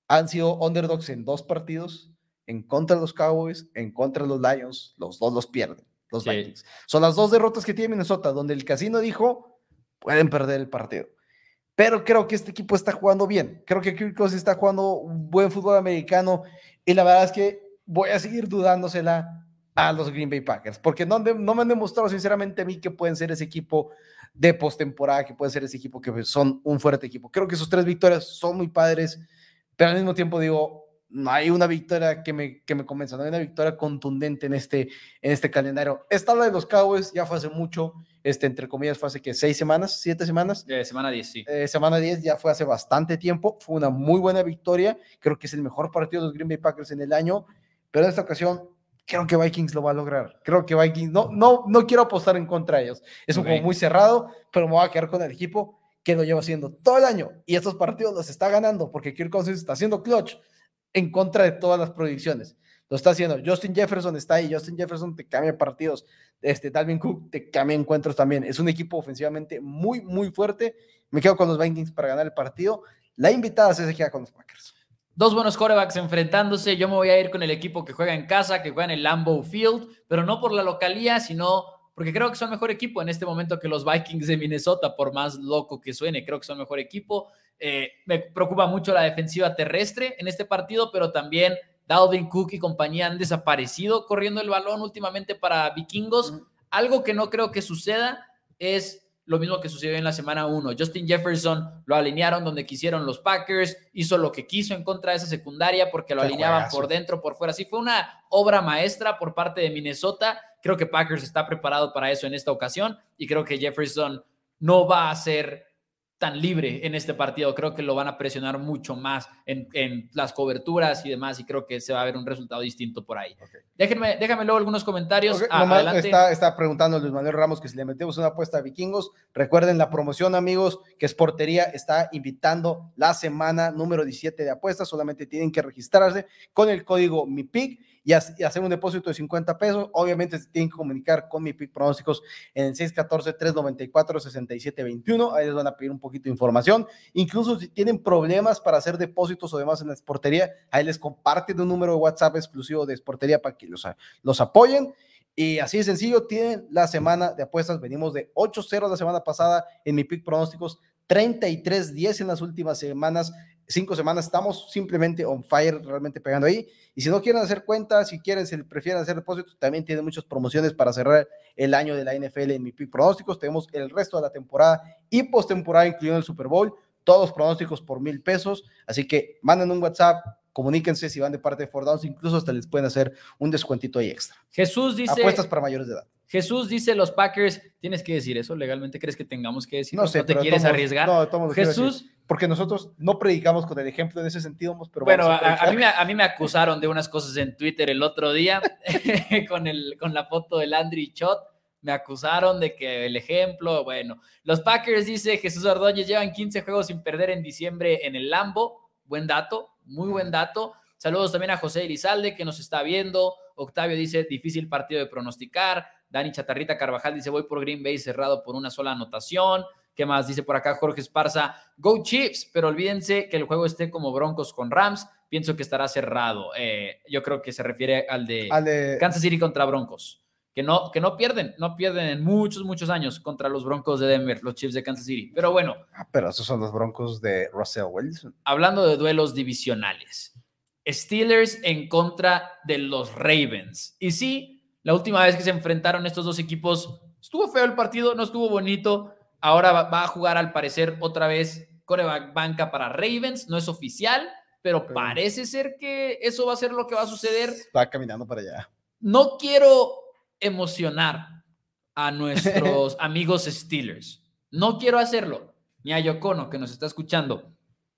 han sido underdogs en dos partidos, en contra de los Cowboys, en contra de los Lions, los dos los pierden, los sí. Vikings. Son las dos derrotas que tiene Minnesota, donde el casino dijo, pueden perder el partido. Pero creo que este equipo está jugando bien. Creo que Kirk Cousins está jugando un buen fútbol americano y la verdad es que voy a seguir dudándosela a los Green Bay Packers, porque no, no me han demostrado sinceramente a mí que pueden ser ese equipo de postemporada, que pueden ser ese equipo que son un fuerte equipo. Creo que sus tres victorias son muy padres, pero al mismo tiempo digo, no hay una victoria que me, que me convenza, no hay una victoria contundente en este, en este calendario. Esta la de los Cowboys ya fue hace mucho, este, entre comillas fue hace que seis semanas, siete semanas. Eh, semana diez, sí. Eh, semana diez ya fue hace bastante tiempo, fue una muy buena victoria, creo que es el mejor partido de los Green Bay Packers en el año, pero en esta ocasión creo que Vikings lo va a lograr, creo que Vikings, no, no, no quiero apostar en contra de ellos, es un okay. juego muy cerrado, pero me voy a quedar con el equipo que lo lleva haciendo todo el año, y estos partidos los está ganando, porque Kirk Cousins está haciendo clutch, en contra de todas las predicciones. Lo está haciendo. Justin Jefferson está ahí. Justin Jefferson te cambia partidos. Este, Dalvin Cook te cambia encuentros también. Es un equipo ofensivamente muy, muy fuerte. Me quedo con los Vikings para ganar el partido. La invitada se queda con los Packers. Dos buenos quarterbacks enfrentándose. Yo me voy a ir con el equipo que juega en casa, que juega en el Lambeau Field, pero no por la localía, sino porque creo que son mejor equipo en este momento que los Vikings de Minnesota, por más loco que suene. Creo que son mejor equipo. Eh, me preocupa mucho la defensiva terrestre en este partido, pero también Dalvin Cook y compañía han desaparecido corriendo el balón últimamente para Vikingos. Uh-huh. Algo que no creo que suceda es lo mismo que sucedió en la semana uno. Justin Jefferson lo alinearon donde quisieron los Packers, hizo lo que quiso en contra de esa secundaria porque lo Qué alineaban juegazo. Por dentro, por fuera. Sí, fue una obra maestra por parte de Minnesota. Creo que Packers está preparado para eso en esta ocasión y creo que Jefferson no va a ser tan libre en este partido. Creo que lo van a presionar mucho más en, en las coberturas y demás, y creo que se va a ver un resultado distinto por ahí. Okay. Déjenme, déjame luego algunos comentarios. Okay. Ah, adelante. Está, está preguntando Luis Manuel Ramos que si le metemos una apuesta a Vikingos. Recuerden la promoción, amigos, que Sportería está invitando la semana número diecisiete de apuestas. Solamente tienen que registrarse con el código MIPIC y hacer un depósito de cincuenta pesos. Obviamente se tienen que comunicar con Mi Pick Pronósticos en el seis uno cuatro, tres nueve cuatro, seis siete dos uno. Ahí les van a pedir un poquito de información. Incluso si tienen problemas para hacer depósitos o demás en la Sportería, ahí les comparten un número de WhatsApp exclusivo de Sportería para que los, los apoyen. Y así de sencillo, tienen la semana de apuestas. Venimos de ocho cero la semana pasada en Mi Pick Pronósticos, treinta y tres diez en las últimas semanas. Cinco semanas estamos simplemente on fire, realmente pegando ahí. Y si no quieren hacer cuentas, si quieren, si prefieren hacer depósitos, también tienen muchas promociones para cerrar el año de la N F L en Mi Pick Pronósticos. Tenemos el resto de la temporada y postemporada, incluyendo el Super Bowl, todos los pronósticos por mil pesos. Así que manden un WhatsApp, comuníquense si van de parte de Four Downs, incluso hasta les pueden hacer un descuentito ahí extra. Jesús dice... Apuestas para mayores de edad. Jesús dice, los Packers, ¿tienes que decir eso? ¿Legalmente crees que tengamos que decir? No sé, ¿No te quieres todos, arriesgar? No, todos Jesús... Porque nosotros no predicamos con el ejemplo en ese sentido, pero bueno, a, a, a, mí me, a mí me acusaron de unas cosas en Twitter el otro día con, el, con la foto de Landry Schott. Me acusaron de que el ejemplo, bueno, los Packers, dice Jesús Ordóñez, llevan quince juegos sin perder en diciembre en el Lambeau. Buen dato, muy buen dato. Saludos también a José Elizalde, que nos está viendo. Octavio dice, difícil partido de pronosticar. Dani Chatarrita Carvajal dice, voy por Green Bay cerrado por una sola anotación. ¿Qué más? Dice por acá Jorge Esparza, go Chiefs, pero olvídense que el juego esté como Broncos con Rams. Pienso que estará cerrado. Eh, yo creo que se refiere al de, al de Kansas City contra Broncos. Que no, que no pierden, no pierden en muchos, muchos años contra los Broncos de Denver, los Chiefs de Kansas City. Pero bueno. Ah, pero esos son los Broncos de Russell Wilson. Hablando de duelos divisionales. Steelers en contra de los Ravens. Y sí, la última vez que se enfrentaron estos dos equipos, estuvo feo el partido, no estuvo bonito. Ahora va, va a jugar al parecer otra vez quarterback banca para Ravens. No es oficial, pero, pero parece ser que eso va a ser lo que va a suceder. Va caminando para allá. No quiero emocionar a nuestros amigos Steelers. No quiero hacerlo. Ni a Yocono, que nos está escuchando.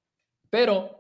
Pero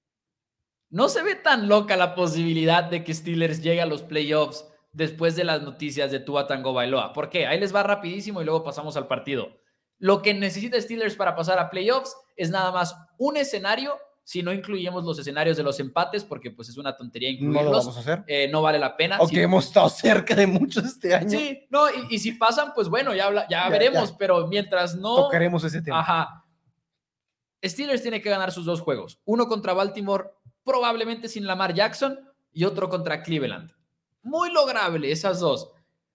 no se ve tan loca la posibilidad de que Steelers llegue a los playoffs después de las noticias de Tua Tagovailoa. ¿Por qué? Ahí les va rapidísimo y luego pasamos al partido. Lo que necesita Steelers para pasar a playoffs es nada más un escenario, si no incluimos los escenarios de los empates, porque pues es una tontería incluirlos. No lo vamos a hacer. Eh, no vale la pena. Aunque si... hemos estado cerca de muchos este año. Sí, no, y, y si pasan, pues bueno, ya, ya, ya veremos, ya. Pero mientras no... Tocaremos ese tema. Ajá. Steelers tiene que ganar sus dos juegos. Uno contra Baltimore probablemente sin Lamar Jackson, y otro contra Cleveland. Muy lograble esas dos.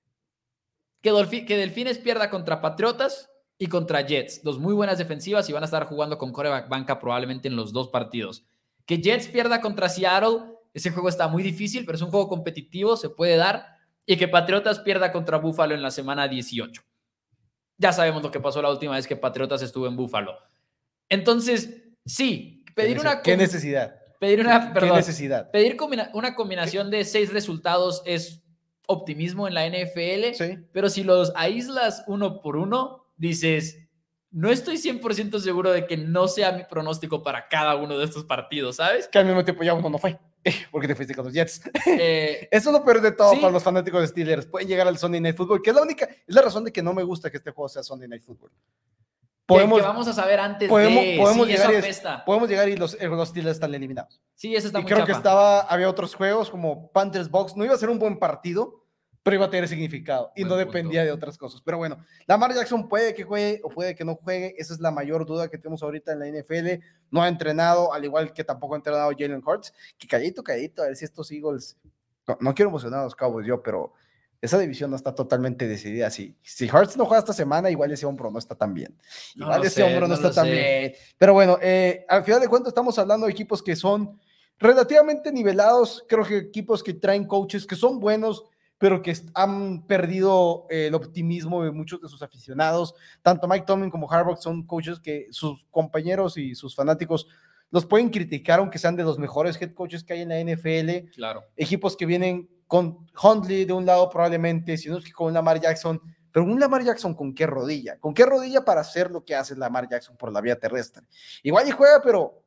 Que, Dolfi- que Delfines pierda contra Patriotas y contra Jets. Dos muy buenas defensivas y van a estar jugando con quarterback banca probablemente en los dos partidos. Que Jets pierda contra Seattle. Ese juego está muy difícil, pero es un juego competitivo, se puede dar. Y que Patriotas pierda contra Buffalo en la semana dieciocho. Ya sabemos lo que pasó la última vez que Patriotas estuvo en Buffalo. Entonces, sí, pedir ¿Qué, una... ¿Qué necesidad? Pedir una, perdón, ¿Qué necesidad? Pedir combina- una combinación de seis resultados es optimismo en la N F L, Sí. pero si los aíslas uno por uno, dices, no estoy cien por ciento seguro de que no sea mi pronóstico para cada uno de estos partidos, ¿sabes? Que al mismo tiempo ya uno no fue, porque te fuiste con los Jets. Eh, Eso es lo peor de todo sí. para los fanáticos de Steelers. Pueden llegar al Sunday Night Football, que es la única, es la razón de que no me gusta que este juego sea Sunday Night Football. Podemos, que, que vamos a saber antes podemos, de... Podemos, sí, llegar eso y, podemos llegar y los, los Steelers están eliminados. Sí, eso está y muy creo chapa. que estaba, había otros juegos como Panthers Bucks. No iba a ser un buen partido, pero iba a tener significado y buen no dependía punto. de otras cosas. Pero bueno, Lamar Jackson puede que juegue o puede que no juegue. Esa es la mayor duda que tenemos ahorita en la N F L. No ha entrenado, al igual que tampoco ha entrenado Jalen Hurts. Que calladito, calladito, a ver si estos Eagles... No, no quiero emocionar a los Cowboys yo, pero... esa división no está totalmente decidida. Si, si Hurts no juega esta semana, igual ese hombro no está tan bien. Igual no ese sé, hombro no, no está tan sé. bien. Pero bueno, eh, al final de cuentas estamos hablando de equipos que son relativamente nivelados. Creo que equipos que traen coaches que son buenos, pero que han perdido eh, el optimismo de muchos de sus aficionados. Tanto Mike Tomlin como Harbaugh son coaches que sus compañeros y sus fanáticos los pueden criticar, aunque sean de los mejores head coaches que hay en la N F L. Claro. Equipos que vienen con Huntley de un lado probablemente, si no es que con Lamar Jackson, pero un Lamar Jackson ¿con qué rodilla? ¿Con qué rodilla para hacer lo que hace Lamar Jackson por la vía terrestre? Igual y juega, pero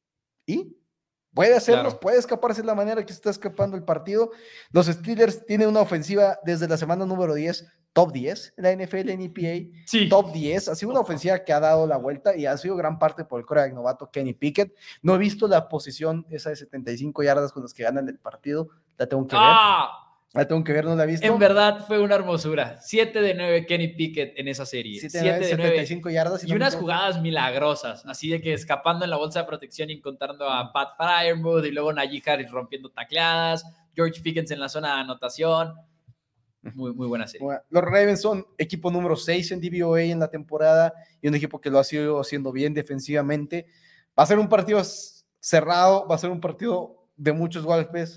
¿y? Puede hacerlo, claro. Puede escaparse de la manera que se está escapando el partido. Los Steelers tienen una ofensiva desde la semana número diez, top diez en la N F L, en E P A, sí. top diez. Ha sido una ofensiva que ha dado la vuelta y ha sido gran parte por el quarterback novato Kenny Pickett. No he visto la posición esa de setenta y cinco yardas con las que ganan el partido. La tengo que ver. ¡Ah! La tengo que ver, no la he visto. En verdad fue una hermosura. siete de nueve Kenny Pickett en esa serie. siete de nueve, setenta y cinco yardas. Y, y unas jugadas milagrosas, así de que escapando en la bolsa de protección y encontrando a Pat Fryermuth y luego Najee Harris rompiendo tacleadas, George Pickens en la zona de anotación. Muy, muy buena serie. Bueno, los Ravens son equipo número seis en D V O A en la temporada y un equipo que lo ha sido haciendo bien defensivamente. Va a ser un partido cerrado, va a ser un partido de muchos golpes.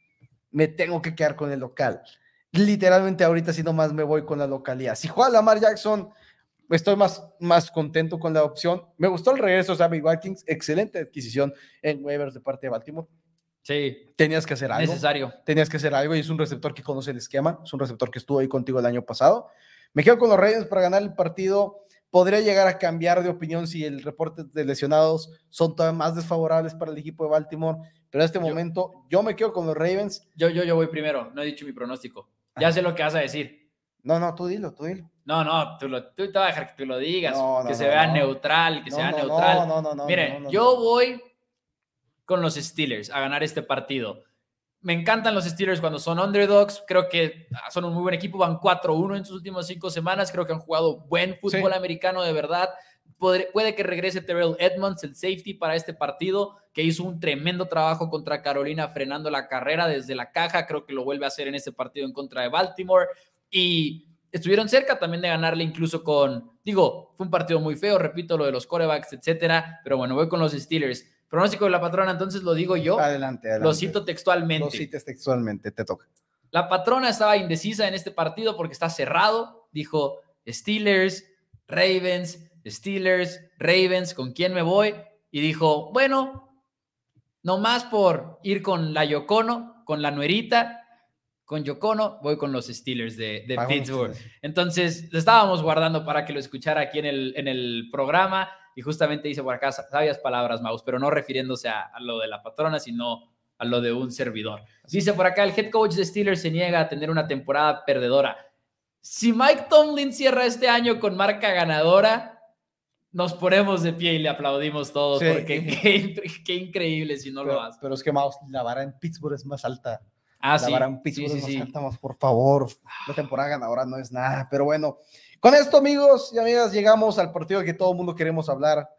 Me tengo que quedar con el local. Literalmente ahorita sí nomás me voy con la localidad. Si juega Lamar Jackson, estoy más, más contento con la opción. Me gustó el regreso de Sammy Watkins, excelente adquisición en waivers de parte de Baltimore. Sí. Tenías que hacer algo. Necesario. Tenías que hacer algo y es un receptor que conoce el esquema, es un receptor que estuvo ahí contigo el año pasado. Me quedo con los Ravens para ganar el partido. Podría llegar a cambiar de opinión si el reporte de lesionados son todavía más desfavorables para el equipo de Baltimore. Pero en este yo, momento, yo me quedo con los Ravens. Yo, yo, yo voy primero, no he dicho mi pronóstico. Ya ah. sé lo que vas a decir. No, no, tú dilo, tú dilo. No, no, tú, lo, tú te vas a dejar que tú lo digas, no, no, que no, se vea no. neutral, que no, sea no, neutral. No, no, no, no. Miren, no, no, yo no. voy con los Steelers a ganar este partido. Me encantan los Steelers cuando son underdogs. Creo que son un muy buen equipo. Van cuatro uno en sus últimas cinco semanas. Creo que han jugado buen fútbol sí. americano de verdad. Puede, puede que regrese Terrell Edmonds, el safety, para este partido, que hizo un tremendo trabajo contra Carolina frenando la carrera desde la caja. Creo que lo vuelve a hacer en este partido en contra de Baltimore. Y estuvieron cerca también de ganarle incluso con... Digo, fue un partido muy feo, repito, lo de los quarterbacks, etcétera. Pero bueno, voy con los Steelers. Pronóstico de la patrona, entonces lo digo yo. Adelante, adelante. Lo cito textualmente. Lo cites textualmente, te toca. La patrona estaba indecisa en este partido porque está cerrado. Dijo Steelers, Ravens, Steelers, Ravens, ¿con quién me voy? Y dijo, bueno, nomás por ir con la Yocono, con la nuerita, con Yocono, voy con los Steelers de, de Pittsburgh. Entonces, lo estábamos guardando para que lo escuchara aquí en el, en el programa. Y justamente dice por acá, sabias palabras, Maus, pero no refiriéndose a, a lo de la patrona, sino a lo de un servidor. Dice por acá, el head coach de Steelers se niega a tener una temporada perdedora. Si Mike Tomlin cierra este año con marca ganadora, nos ponemos de pie y le aplaudimos todos, sí. Porque qué, qué increíble si no pero, lo hace. Pero es que, Maus, la vara en Pittsburgh es más alta. Ah, la sí. vara en Pittsburgh sí, es sí, más sí. alta, más, por favor. La temporada ganadora no es nada, pero bueno. Con esto, amigos y amigas, llegamos al partido que todo el mundo queremos hablar.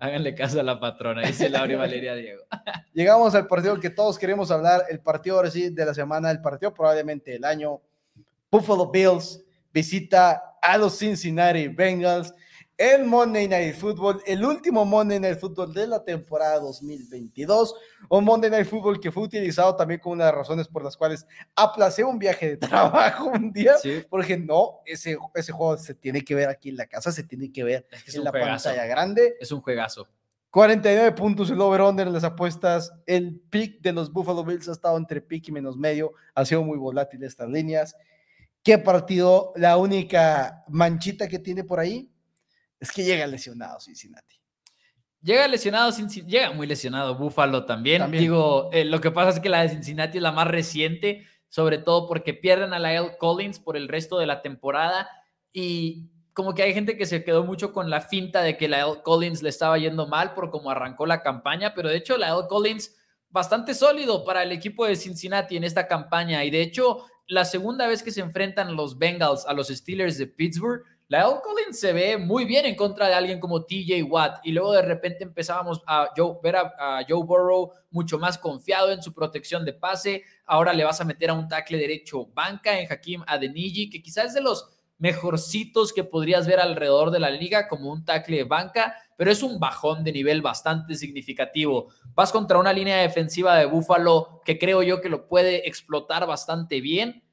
Háganle caso a la patrona, dice Laura y Valeria Diego. Llegamos al partido que todos queremos hablar, el partido ahora sí de la semana, el partido probablemente del año. Buffalo Bills visita a los Cincinnati Bengals en Monday Night Football, el último Monday Night Football de la temporada dos mil veintidós, un Monday Night Football que fue utilizado también como una de las razones por las cuales aplacé un viaje de trabajo un día, sí. Porque no, ese, ese juego se tiene que ver aquí en la casa, se tiene que ver es que en la juegazo. Pantalla grande. Es un juegazo. cuarenta y nueve puntos el over-under en las apuestas, el pick de los Buffalo Bills ha estado entre pick y menos medio, ha sido muy volátil estas líneas. ¿Qué partido? La única manchita que tiene por ahí es que llega lesionado Cincinnati. Llega lesionado, llega muy lesionado Buffalo también. también. Digo, eh, lo que pasa es que la de Cincinnati es la más reciente, sobre todo porque pierden a La'el Collins por el resto de la temporada y como que hay gente que se quedó mucho con la finta de que La'el Collins le estaba yendo mal por cómo arrancó la campaña, pero de hecho La'el Collins bastante sólido para el equipo de Cincinnati en esta campaña y de hecho la segunda vez que se enfrentan los Bengals a los Steelers de Pittsburgh, La'el Collins se ve muy bien en contra de alguien como T J Watt y luego de repente empezábamos a Joe, ver a, a Joe Burrow mucho más confiado en su protección de pase. Ahora le vas a meter a un tackle derecho banca en Hakeem Adeniji, que quizás es de los mejorcitos que podrías ver alrededor de la liga como un tackle de banca, pero es un bajón de nivel bastante significativo. Vas contra una línea defensiva de Buffalo que creo yo que lo puede explotar bastante bien,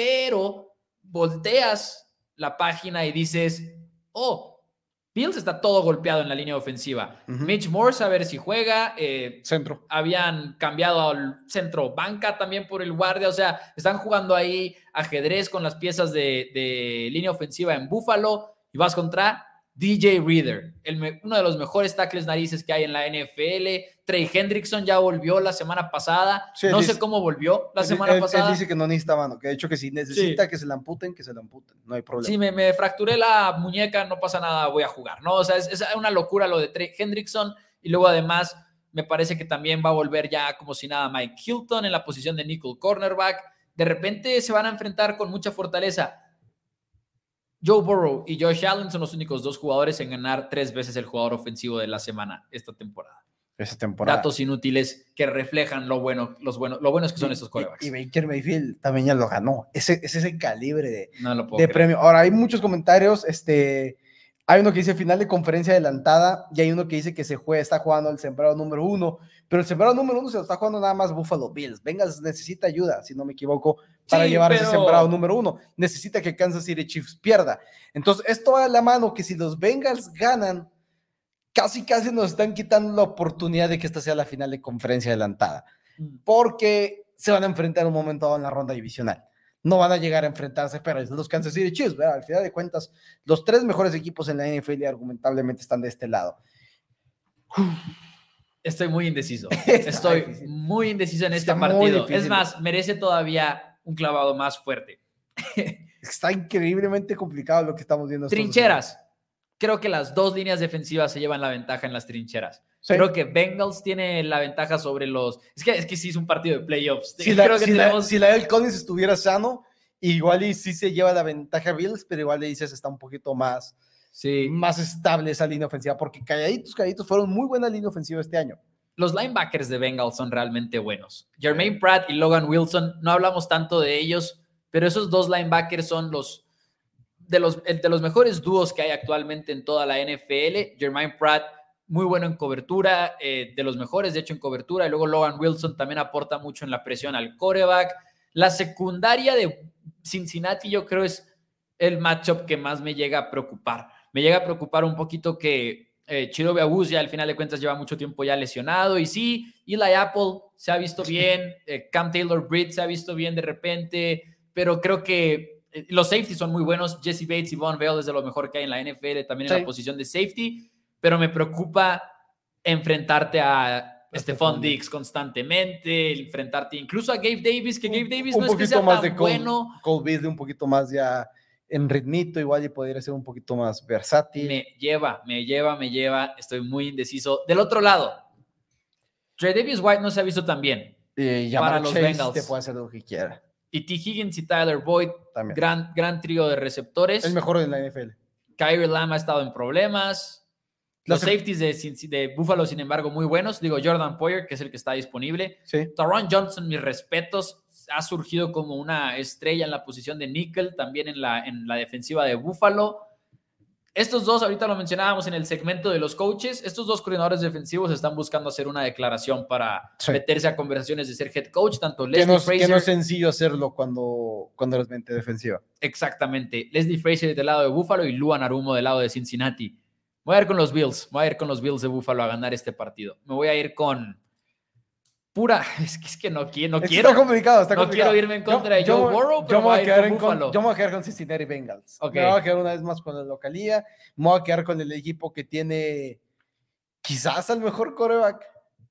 pero volteas la página y dices, oh, Bills está todo golpeado en la línea ofensiva. Uh-huh. Mitch Morse a ver si juega. Eh, centro. Habían cambiado al centro banca también por el guardia. O sea, están jugando ahí ajedrez con las piezas de, de línea ofensiva en Buffalo y vas contra D J Reader, el, uno de los mejores tackles narices que hay en la N F L. Trey Hendrickson ya volvió la semana pasada. Sí, no dice, sé cómo volvió la él, semana él, pasada. Él dice que no necesita mano, que de hecho que si necesita sí. que se la amputen, que se la amputen. No hay problema. Sí, me, me fracturé la muñeca, no pasa nada, voy a jugar, ¿no? O sea, es, es una locura lo de Trey Hendrickson. Y luego además me parece que también va a volver ya como si nada Mike Hilton en la posición de nickel cornerback. De repente se van a enfrentar con mucha fortaleza. Joe Burrow y Josh Allen son los únicos dos jugadores en ganar tres veces el jugador ofensivo de la semana esta temporada. Esta temporada. Datos inútiles que reflejan lo bueno, los bueno, lo buenos que son y, estos quarterbacks. Y, y Baker Mayfield también ya lo ganó. Ese, ese es el calibre de, no lo puedo de creer. premio. Ahora, hay muchos comentarios. Este, hay uno que dice final de conferencia adelantada y hay uno que dice que se juega, está jugando el sembrado número uno. Pero el sembrado número uno se lo está jugando nada más Buffalo Bills. Bengals necesita ayuda, si no me equivoco, para sí, llevar pero... ese sembrado número uno. Necesita que Kansas City Chiefs pierda. Entonces, esto va a la mano que si los Bengals ganan, casi casi nos están quitando la oportunidad de que esta sea la final de conferencia adelantada. Porque se van a enfrentar un momento dado en la ronda divisional. No van a llegar a enfrentarse, pero es los Kansas City Chiefs, ¿verdad? Al final de cuentas, los tres mejores equipos en la N F L argumentablemente están de este lado. Estoy muy indeciso. Estoy difícil. muy indeciso en este Está partido. Es más, merece todavía un clavado más fuerte. Está increíblemente complicado lo que estamos viendo. Trincheras. Creo que las dos líneas defensivas se llevan la ventaja en las trincheras. Sí. Creo que Bengals tiene la ventaja sobre los... Es que, es que sí es un partido de playoffs. Si la, si tenemos... la, si la La'el Collins estuviera sano, igual y sí se lleva la ventaja Bills, pero igual le dices está un poquito más... Sí. Más estable esa línea ofensiva, porque calladitos, calladitos fueron muy buena línea ofensiva este año. Los linebackers de Bengals son realmente buenos. Jermaine Pratt y Logan Wilson, no hablamos tanto de ellos, pero esos dos linebackers son los de los, de los mejores dúos que hay actualmente en toda la N F L. Jermaine Pratt, muy bueno en cobertura, eh, de los mejores, de hecho, en cobertura, y luego Logan Wilson también aporta mucho en la presión al quarterback. La secundaria de Cincinnati yo creo es el matchup que más me llega a preocupar. Me llega a preocupar un poquito que eh, Chidobe Awuzie ya al final de cuentas lleva mucho tiempo ya lesionado. Y sí, Eli Apple se ha visto bien, eh, Cam Taylor-Britt se ha visto bien de repente, pero creo que eh, los safeties son muy buenos. Jesse Bates y Von Bell es de lo mejor que hay en la N F L, también en sí. la posición de safety, pero me preocupa enfrentarte a Stephon Diggs constantemente, enfrentarte incluso a Gabe Davis, que Gabe Davis un no es que sea más tan de Cole, bueno. Cole Beasley un poquito más ya en ritmito, igual y podría ser un poquito más versátil. Me lleva, me lleva, me lleva, estoy muy indeciso. Del otro lado, Trey Davis White no se ha visto tan bien y para los Chase Bengals. Te puede hacer lo que quiera. Y T. Higgins y Tyler Boyd, gran, gran trío de receptores. El mejor en la N F L. Kyrie Lamb ha estado en problemas. Los la safeties de, de Buffalo, sin embargo, muy buenos. Digo, Jordan Poyer, que es el que está disponible. Sí. Taron Johnson, mis respetos. Ha surgido como una estrella en la posición de nickel, también en la, en la defensiva de Buffalo. Estos dos, ahorita lo mencionábamos en el segmento de los coaches, estos dos coordinadores defensivos están buscando hacer una declaración para sí. meterse a conversaciones de ser head coach, tanto Leslie que no, Frazier... Que no es sencillo hacerlo cuando, cuando eres mente defensiva. Exactamente. Leslie Frazier del lado de Buffalo y Lou Anarumo del lado de Cincinnati. Voy a ir con los Bills, voy a ir con los Bills de Buffalo a ganar este partido. Me voy a ir con... Pura, es que, es que no, quiero, no quiero, está complicado, está no complicado. quiero irme en contra yo, de Joe yo, Burrow, pero yo me voy a quedar con en Buffalo. Con, yo me voy a quedar con Cincinnati Bengals. Okay. Me voy a quedar una vez más con la localía. Me voy a quedar con el equipo que tiene quizás al mejor quarterback.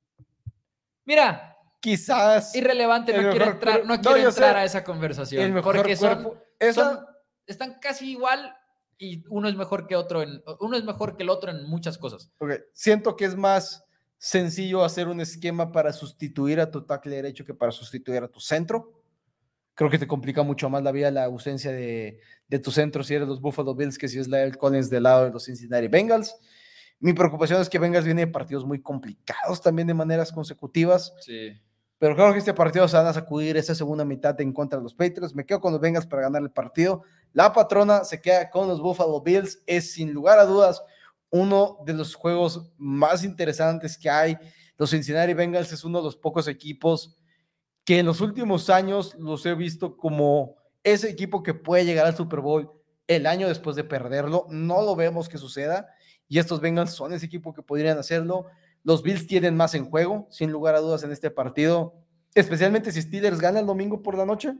Mira, quizás irrelevante, no quiero entrar, no quiero no, entrar a esa conversación. El mejor porque son, cuerpo. Esa... son, están casi igual y uno es mejor que otro en, uno es mejor que el otro en muchas cosas. Okay. Siento que es más sencillo hacer un esquema para sustituir a tu tackle derecho que para sustituir a tu centro. Creo que te complica mucho más la vida la ausencia de, de tu centro si eres los Buffalo Bills que si es La'el Collins del lado de los Cincinnati Bengals. Mi preocupación es que Bengals viene de partidos muy complicados también de maneras consecutivas. Sí. Pero creo que este partido se van a sacudir esa segunda mitad en contra de los Patriots. Me quedo con los Bengals para ganar el partido. La patrona se queda con los Buffalo Bills. Es sin lugar a dudas uno de los juegos más interesantes que hay. Los Cincinnati Bengals es uno de los pocos equipos que en los últimos años los he visto como ese equipo que puede llegar al Super Bowl el año después de perderlo. No lo vemos que suceda y estos Bengals son ese equipo que podrían hacerlo. Los Bills tienen más en juego, sin lugar a dudas, en este partido, especialmente si Steelers gana el domingo por la noche.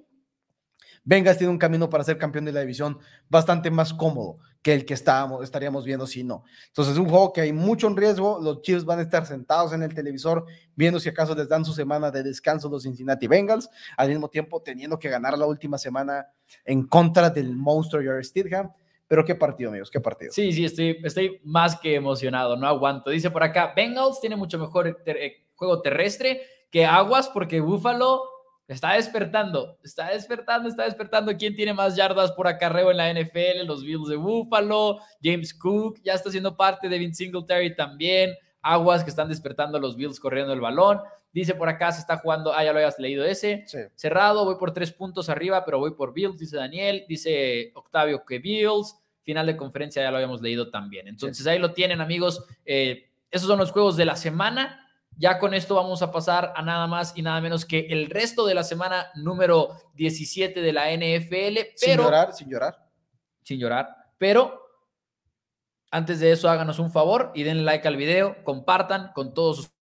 Bengals tiene un camino para ser campeón de la división bastante más cómodo que el que estábamos, estaríamos viendo si no. Entonces es un juego que hay mucho en riesgo. Los Chiefs van a estar sentados en el televisor viendo si acaso les dan su semana de descanso los Cincinnati Bengals, al mismo tiempo teniendo que ganar la última semana en contra del monstruo Jarrett Stidham. Pero qué partido, amigos, qué partido. Sí, sí, estoy, estoy más que emocionado, no aguanto. Dice por acá, Bengals tiene mucho mejor ter- juego terrestre que Aguas porque Buffalo está despertando, está despertando, está despertando. ¿Quién tiene más yardas por acarreo en la N F L? Los Bills de Buffalo, James Cook ya está siendo parte de Devin Singletary también. Aguas que están despertando los Bills corriendo el balón. Dice por acá, se está jugando, ah, ya lo habías leído ese. Sí. Cerrado, voy por tres puntos arriba, pero voy por Bills, dice Daniel. Dice Octavio que Bills. Final de conferencia ya lo habíamos leído también. Entonces sí. Ahí lo tienen, amigos. Eh, esos son los juegos de la semana. Ya con esto vamos a pasar a nada más y nada menos que el resto de la semana número diecisiete de la N F L. Pero, sin llorar, sin llorar. Sin llorar. Pero antes de eso, háganos un favor y denle like al video, compartan con todos sus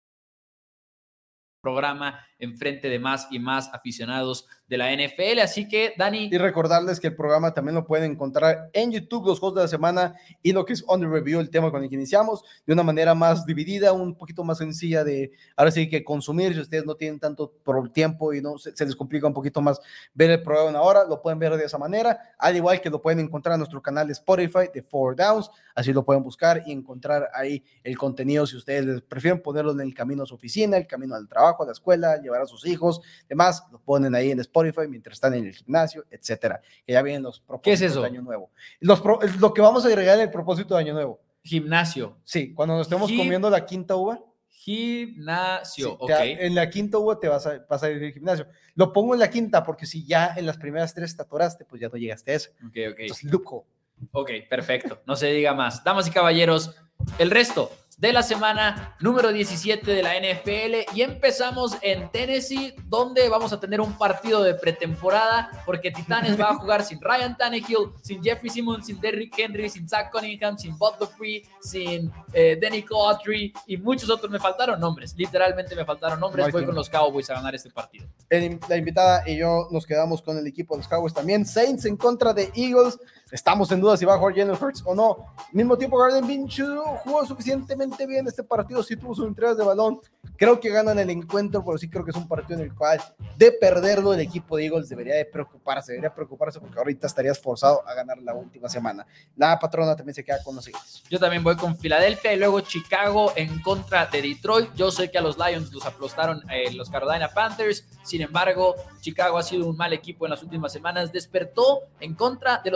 programa enfrente de más y más aficionados de la N F L. Así que, Dani. Y recordarles que el programa también lo pueden encontrar en YouTube, los juegos de la semana y lo que es On The Review, el tema con el que iniciamos, de una manera más dividida, un poquito más sencilla de, ahora sí que consumir, si ustedes no tienen tanto por tiempo y no se, se les complica un poquito más ver el programa en una hora, lo pueden ver de esa manera, al igual que lo pueden encontrar en nuestro canal de Spotify de Four Downs, así lo pueden buscar y encontrar ahí el contenido si ustedes les prefieren ponerlo en el camino a su oficina, el camino al trabajo, a la escuela, llevar a sus hijos, demás, lo ponen ahí en Spotify mientras están en el gimnasio, etcétera, que ya vienen los propósitos. ¿Qué es eso? De Año Nuevo. Los pro, es lo que vamos a agregar en el propósito de Año Nuevo. Gimnasio. Sí, cuando nos estemos Gim... comiendo la quinta uva. Gimnasio, sí, ok. Te, en la quinta uva te vas a, vas a ir al gimnasio. Lo pongo en la quinta porque si ya en las primeras tres te atoraste, pues ya no llegaste a eso. Ok, ok. Entonces, lujo. Ok, perfecto. No se diga más. Damas y caballeros, el resto de la semana número diecisiete de la N F L y empezamos en Tennessee, donde vamos a tener un partido de pretemporada porque Titanes va a jugar sin Ryan Tannehill, sin Jeffrey Simmons, sin Derrick Henry, sin Zach Cunningham, sin Bud Dupree, sin eh, Denny Autry y muchos otros. Me faltaron nombres, literalmente me faltaron nombres. No Voy tiempo. Con los Cowboys a ganar este partido. El, la invitada y yo nos quedamos con el equipo de los Cowboys también. Saints en contra de Eagles. Estamos en duda si va a jugar Jalen Hurts o no. Al mismo tiempo, Gardner Minshew jugó suficientemente bien este partido, sí tuvo sus entregas de balón. Creo que ganan el encuentro, pero sí creo que es un partido en el cual, de perderlo, el equipo de Eagles debería de preocuparse, debería preocuparse porque ahorita estarías forzado a ganar la última semana. La patrona también se queda con los Eagles. Yo también voy con Filadelfia y luego Chicago en contra de Detroit. Yo sé que a los Lions los aplastaron eh, los Carolina Panthers, sin embargo, Chicago ha sido un mal equipo en las últimas semanas. Despertó en contra de los Patriotas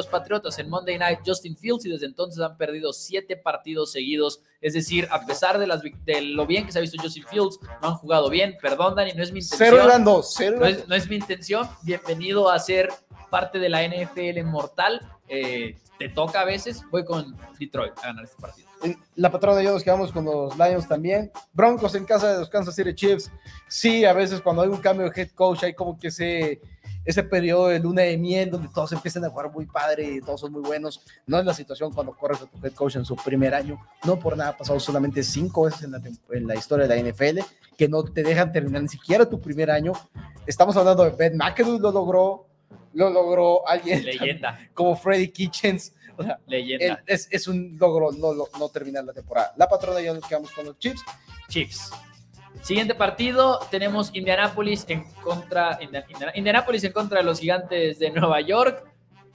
Patriotas en Monday Night Justin Fields y desde entonces han perdido siete partidos seguidos. Es decir, a pesar de, las, de lo bien que se ha visto Justin Fields, no han jugado bien. Perdón, Dani, no es mi intención. Cero eran dos, cero no, es, no es mi intención. Bienvenido a ser parte de la N F L mortal. Eh, te toca a veces. Voy con Detroit a ganar este partido. La patrona y yo nos quedamos con los Lions también. Broncos en casa de los Kansas City Chiefs. Sí, a veces cuando hay un cambio de head coach hay como que ese, ese periodo de luna de miel donde todos empiezan a jugar muy padre y todos son muy buenos. No es la situación cuando corres a tu head coach en su primer año. No por nada ha pasado solamente cinco veces en la, en la historia de la N F L que no te dejan terminar ni siquiera tu primer año. Estamos hablando de Ben McAdoo, lo logró, lo logró alguien leyenda como Freddie Kitchens. O sea, leyenda. Es, es un logro no, no, no terminar la temporada. La patrona y yo nos quedamos con los Chiefs. Chiefs. Siguiente partido, tenemos Indianapolis en contra, Indianapolis en contra de los Gigantes de Nueva York.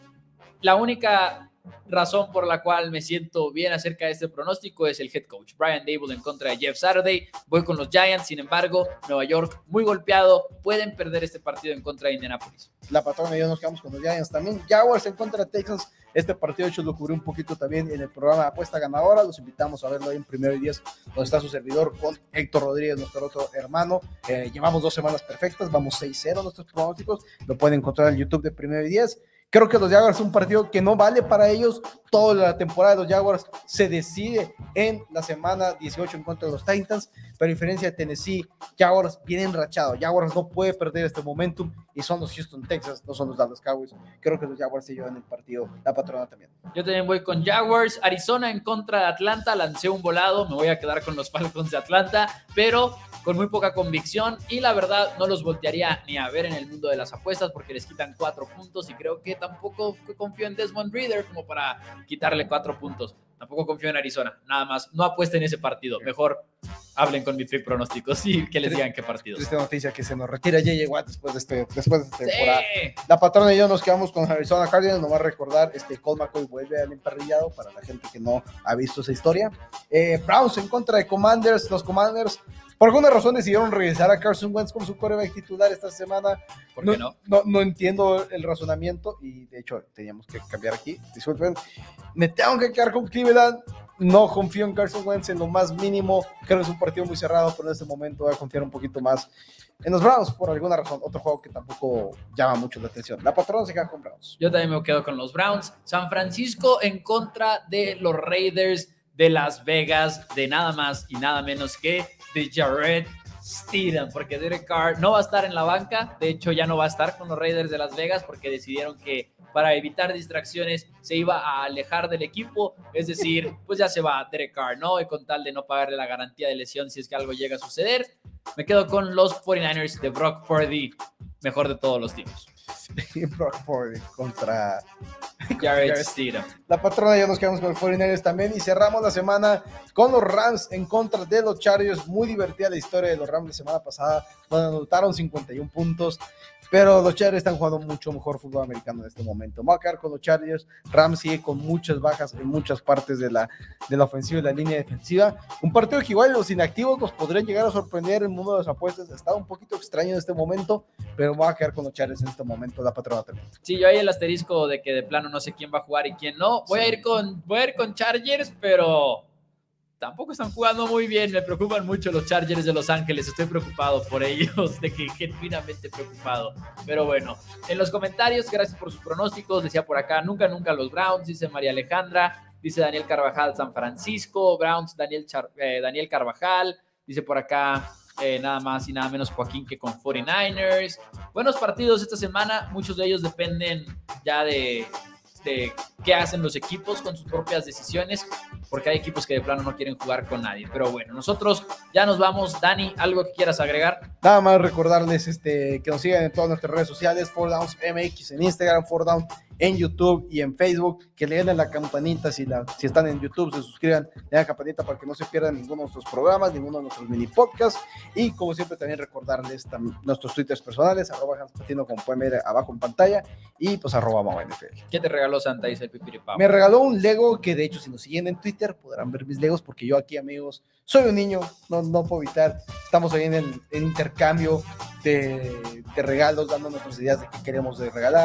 La única razón por la cual me siento bien acerca de este pronóstico es el head coach Brian Daboll en contra de Jeff Saturday. Voy con los Giants, sin embargo, Nueva York muy golpeado, pueden perder este partido en contra de Indianapolis. La patrona y yo nos quedamos con los Giants también. Jaguars en contra de Texans. Este partido de hecho lo cubrí un poquito también en el programa de Apuesta Ganadora. Los invitamos a verlo ahí en Primero y Diez, donde está su servidor con Héctor Rodríguez, nuestro otro hermano. Eh, llevamos dos semanas perfectas, vamos seis cero nuestros pronósticos. Lo pueden encontrar en YouTube de Primero y Diez. Creo que los Jaguars es un partido que no vale para ellos. Toda la temporada de los Jaguars se decide en la semana dieciocho en contra de los Titans, pero a diferencia de Tennessee, Jaguars viene enrachado. Jaguars no puede perder este momentum y son los Houston Texans, no son los Dallas Cowboys. Creo que los Jaguars se llevan el partido. La patrona también. Yo también voy con Jaguars. Arizona en contra de Atlanta. Lancé un volado, me voy a quedar con los Falcons de Atlanta, pero con muy poca convicción y la verdad no los voltearía ni a ver en el mundo de las apuestas porque les quitan cuatro puntos y creo que tampoco confío en Desmond Ridder como para quitarle cuatro puntos. Tampoco confío en Arizona, nada más. No apuesten en ese partido. Mejor hablen con mi pick pronósticos y que les digan qué partidos. Triste noticia que se nos retira J J Watt después de, este, después de esta temporada. Sí. La patrona y yo nos quedamos con Arizona Cardinals. Nos va a recordar, este, Colt McCoy vuelve al emparrillado para la gente que no ha visto esa historia. Eh, Browns en contra de Commanders. Los Commanders, por alguna razón, decidieron regresar a Carson Wentz como su quarterback titular esta semana. ¿Por qué no? No, no, no entiendo el razonamiento y de hecho teníamos que cambiar aquí. Disculpen. Me tengo que quedar con Cleveland. No confío en Carson Wentz en lo más mínimo. Creo que es un partido muy cerrado, pero en este momento voy a confiar un poquito más en los Browns por alguna razón. Otro juego que tampoco llama mucho la atención. La patrona se queda con Browns. Yo también me quedo con los Browns. San Francisco en contra de los Raiders de Las Vegas, de nada más y nada menos que de Jared Stidham, porque Derek Carr no va a estar en la banca. De hecho, ya no va a estar con los Raiders de Las Vegas porque decidieron que para evitar distracciones se iba a alejar del equipo, es decir, pues ya se va Derek Carr, ¿no? Y con tal de no pagarle la garantía de lesión si es que algo llega a suceder, me quedo con los cuarenta y nueve ers de Brock Purdy, mejor de todos los tipos. Brock Purdy contra Jared Stidham. La patrona y yo nos quedamos con los cuarenta y nueve ers también y cerramos la semana con los Rams en contra de los Chargers. Muy divertida la historia de los Rams la semana pasada, donde anotaron cincuenta y uno puntos, pero los Chargers están jugando mucho mejor fútbol americano en este momento. Vamos a quedar con los Chargers. Rams sigue con muchas bajas en muchas partes de la, de la ofensiva y la línea defensiva. Un partido que igual los inactivos nos podrían llegar a sorprender. El mundo de las apuestas está un poquito extraño en este momento, pero vamos a quedar con los Chargers en este momento. La patrona también. Sí, yo ahí el asterisco de que de plano no sé quién va a jugar y quién no. Voy sí. a ir con, voy a ir con Chargers, pero tampoco están jugando muy bien. Me preocupan mucho los Chargers de Los Ángeles. Estoy preocupado por ellos, de que genuinamente preocupado. Pero bueno, en los comentarios, gracias por sus pronósticos. Decía por acá, nunca, nunca los Browns, dice María Alejandra. Dice Daniel Carvajal, San Francisco. Browns, Daniel, Char- eh, Daniel Carvajal. Dice por acá, eh, nada más y nada menos Joaquín que con cuarenta y nueve ers. Buenos partidos esta semana. Muchos de ellos dependen ya de... de qué hacen los equipos con sus propias decisiones, porque hay equipos que de plano no quieren jugar con nadie. Pero bueno, nosotros ya nos vamos. Dani, ¿algo que quieras agregar? Nada más recordarles este, que nos sigan en todas nuestras redes sociales, cuatro Downs M X en Instagram, cuatro Downs en YouTube y en Facebook, que le den a la campanita si, la, si están en YouTube, se suscriban, le den a la campanita para que no se pierdan ninguno de nuestros programas, ninguno de nuestros mini podcasts, y como siempre también recordarles tam, nuestros twitters personales, arroba Hans Patino, como pueden ver abajo en pantalla, y pues arroba Mau N F L. ¿Qué te regaló Santa? Dice el Pipiripao. Me regaló un Lego que de hecho si nos siguen en Twitter podrán ver mis Legos, porque yo aquí, amigos, soy un niño, no, no puedo evitar, estamos ahí en el en intercambio de, de regalos, dando nuestras ideas de qué queremos de regalar.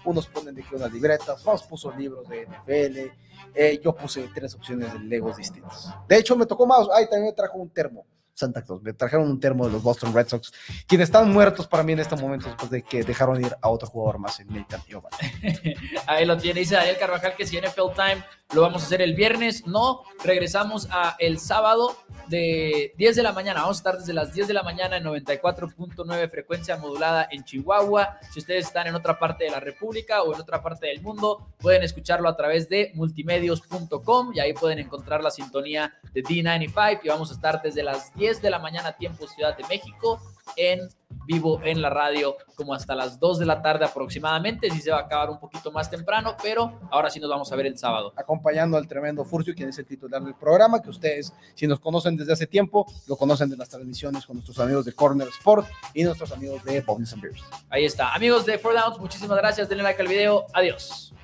unos ponen de que unas libretas, Faust puso libros de N F L, eh, yo puse tres opciones de Legos distintas. De hecho, me tocó más, ay, también me trajo un termo. Santa Claus, me trajeron un termo de los Boston Red Sox, quienes están muertos para mí en este momento después de que dejaron ir a otro jugador más en Nathan Eovaldi. Ahí lo tiene, dice Daniel Carvajal que si N F L Time lo vamos a hacer el viernes. No, regresamos a el sábado de diez de la mañana. Vamos a estar desde las diez de la mañana en noventa y cuatro punto nueve frecuencia modulada en Chihuahua. Si ustedes están en otra parte de la República o en otra parte del mundo, pueden escucharlo a través de multimedios punto com y ahí pueden encontrar la sintonía de D noventa y cinco y vamos a estar desde las diez de la mañana tiempo Ciudad de México en vivo en la radio como hasta las dos de la tarde aproximadamente. Sí se va a acabar un poquito más temprano, pero ahora sí nos vamos a ver el sábado. Acompañando al tremendo Furcio, quien es el titular del programa, que ustedes, si nos conocen desde hace tiempo, lo conocen de las transmisiones con nuestros amigos de Corner Sport y nuestros amigos de Bowls and Beers. Ahí está. Amigos de Four Downs, muchísimas gracias. Denle like al video. Adiós.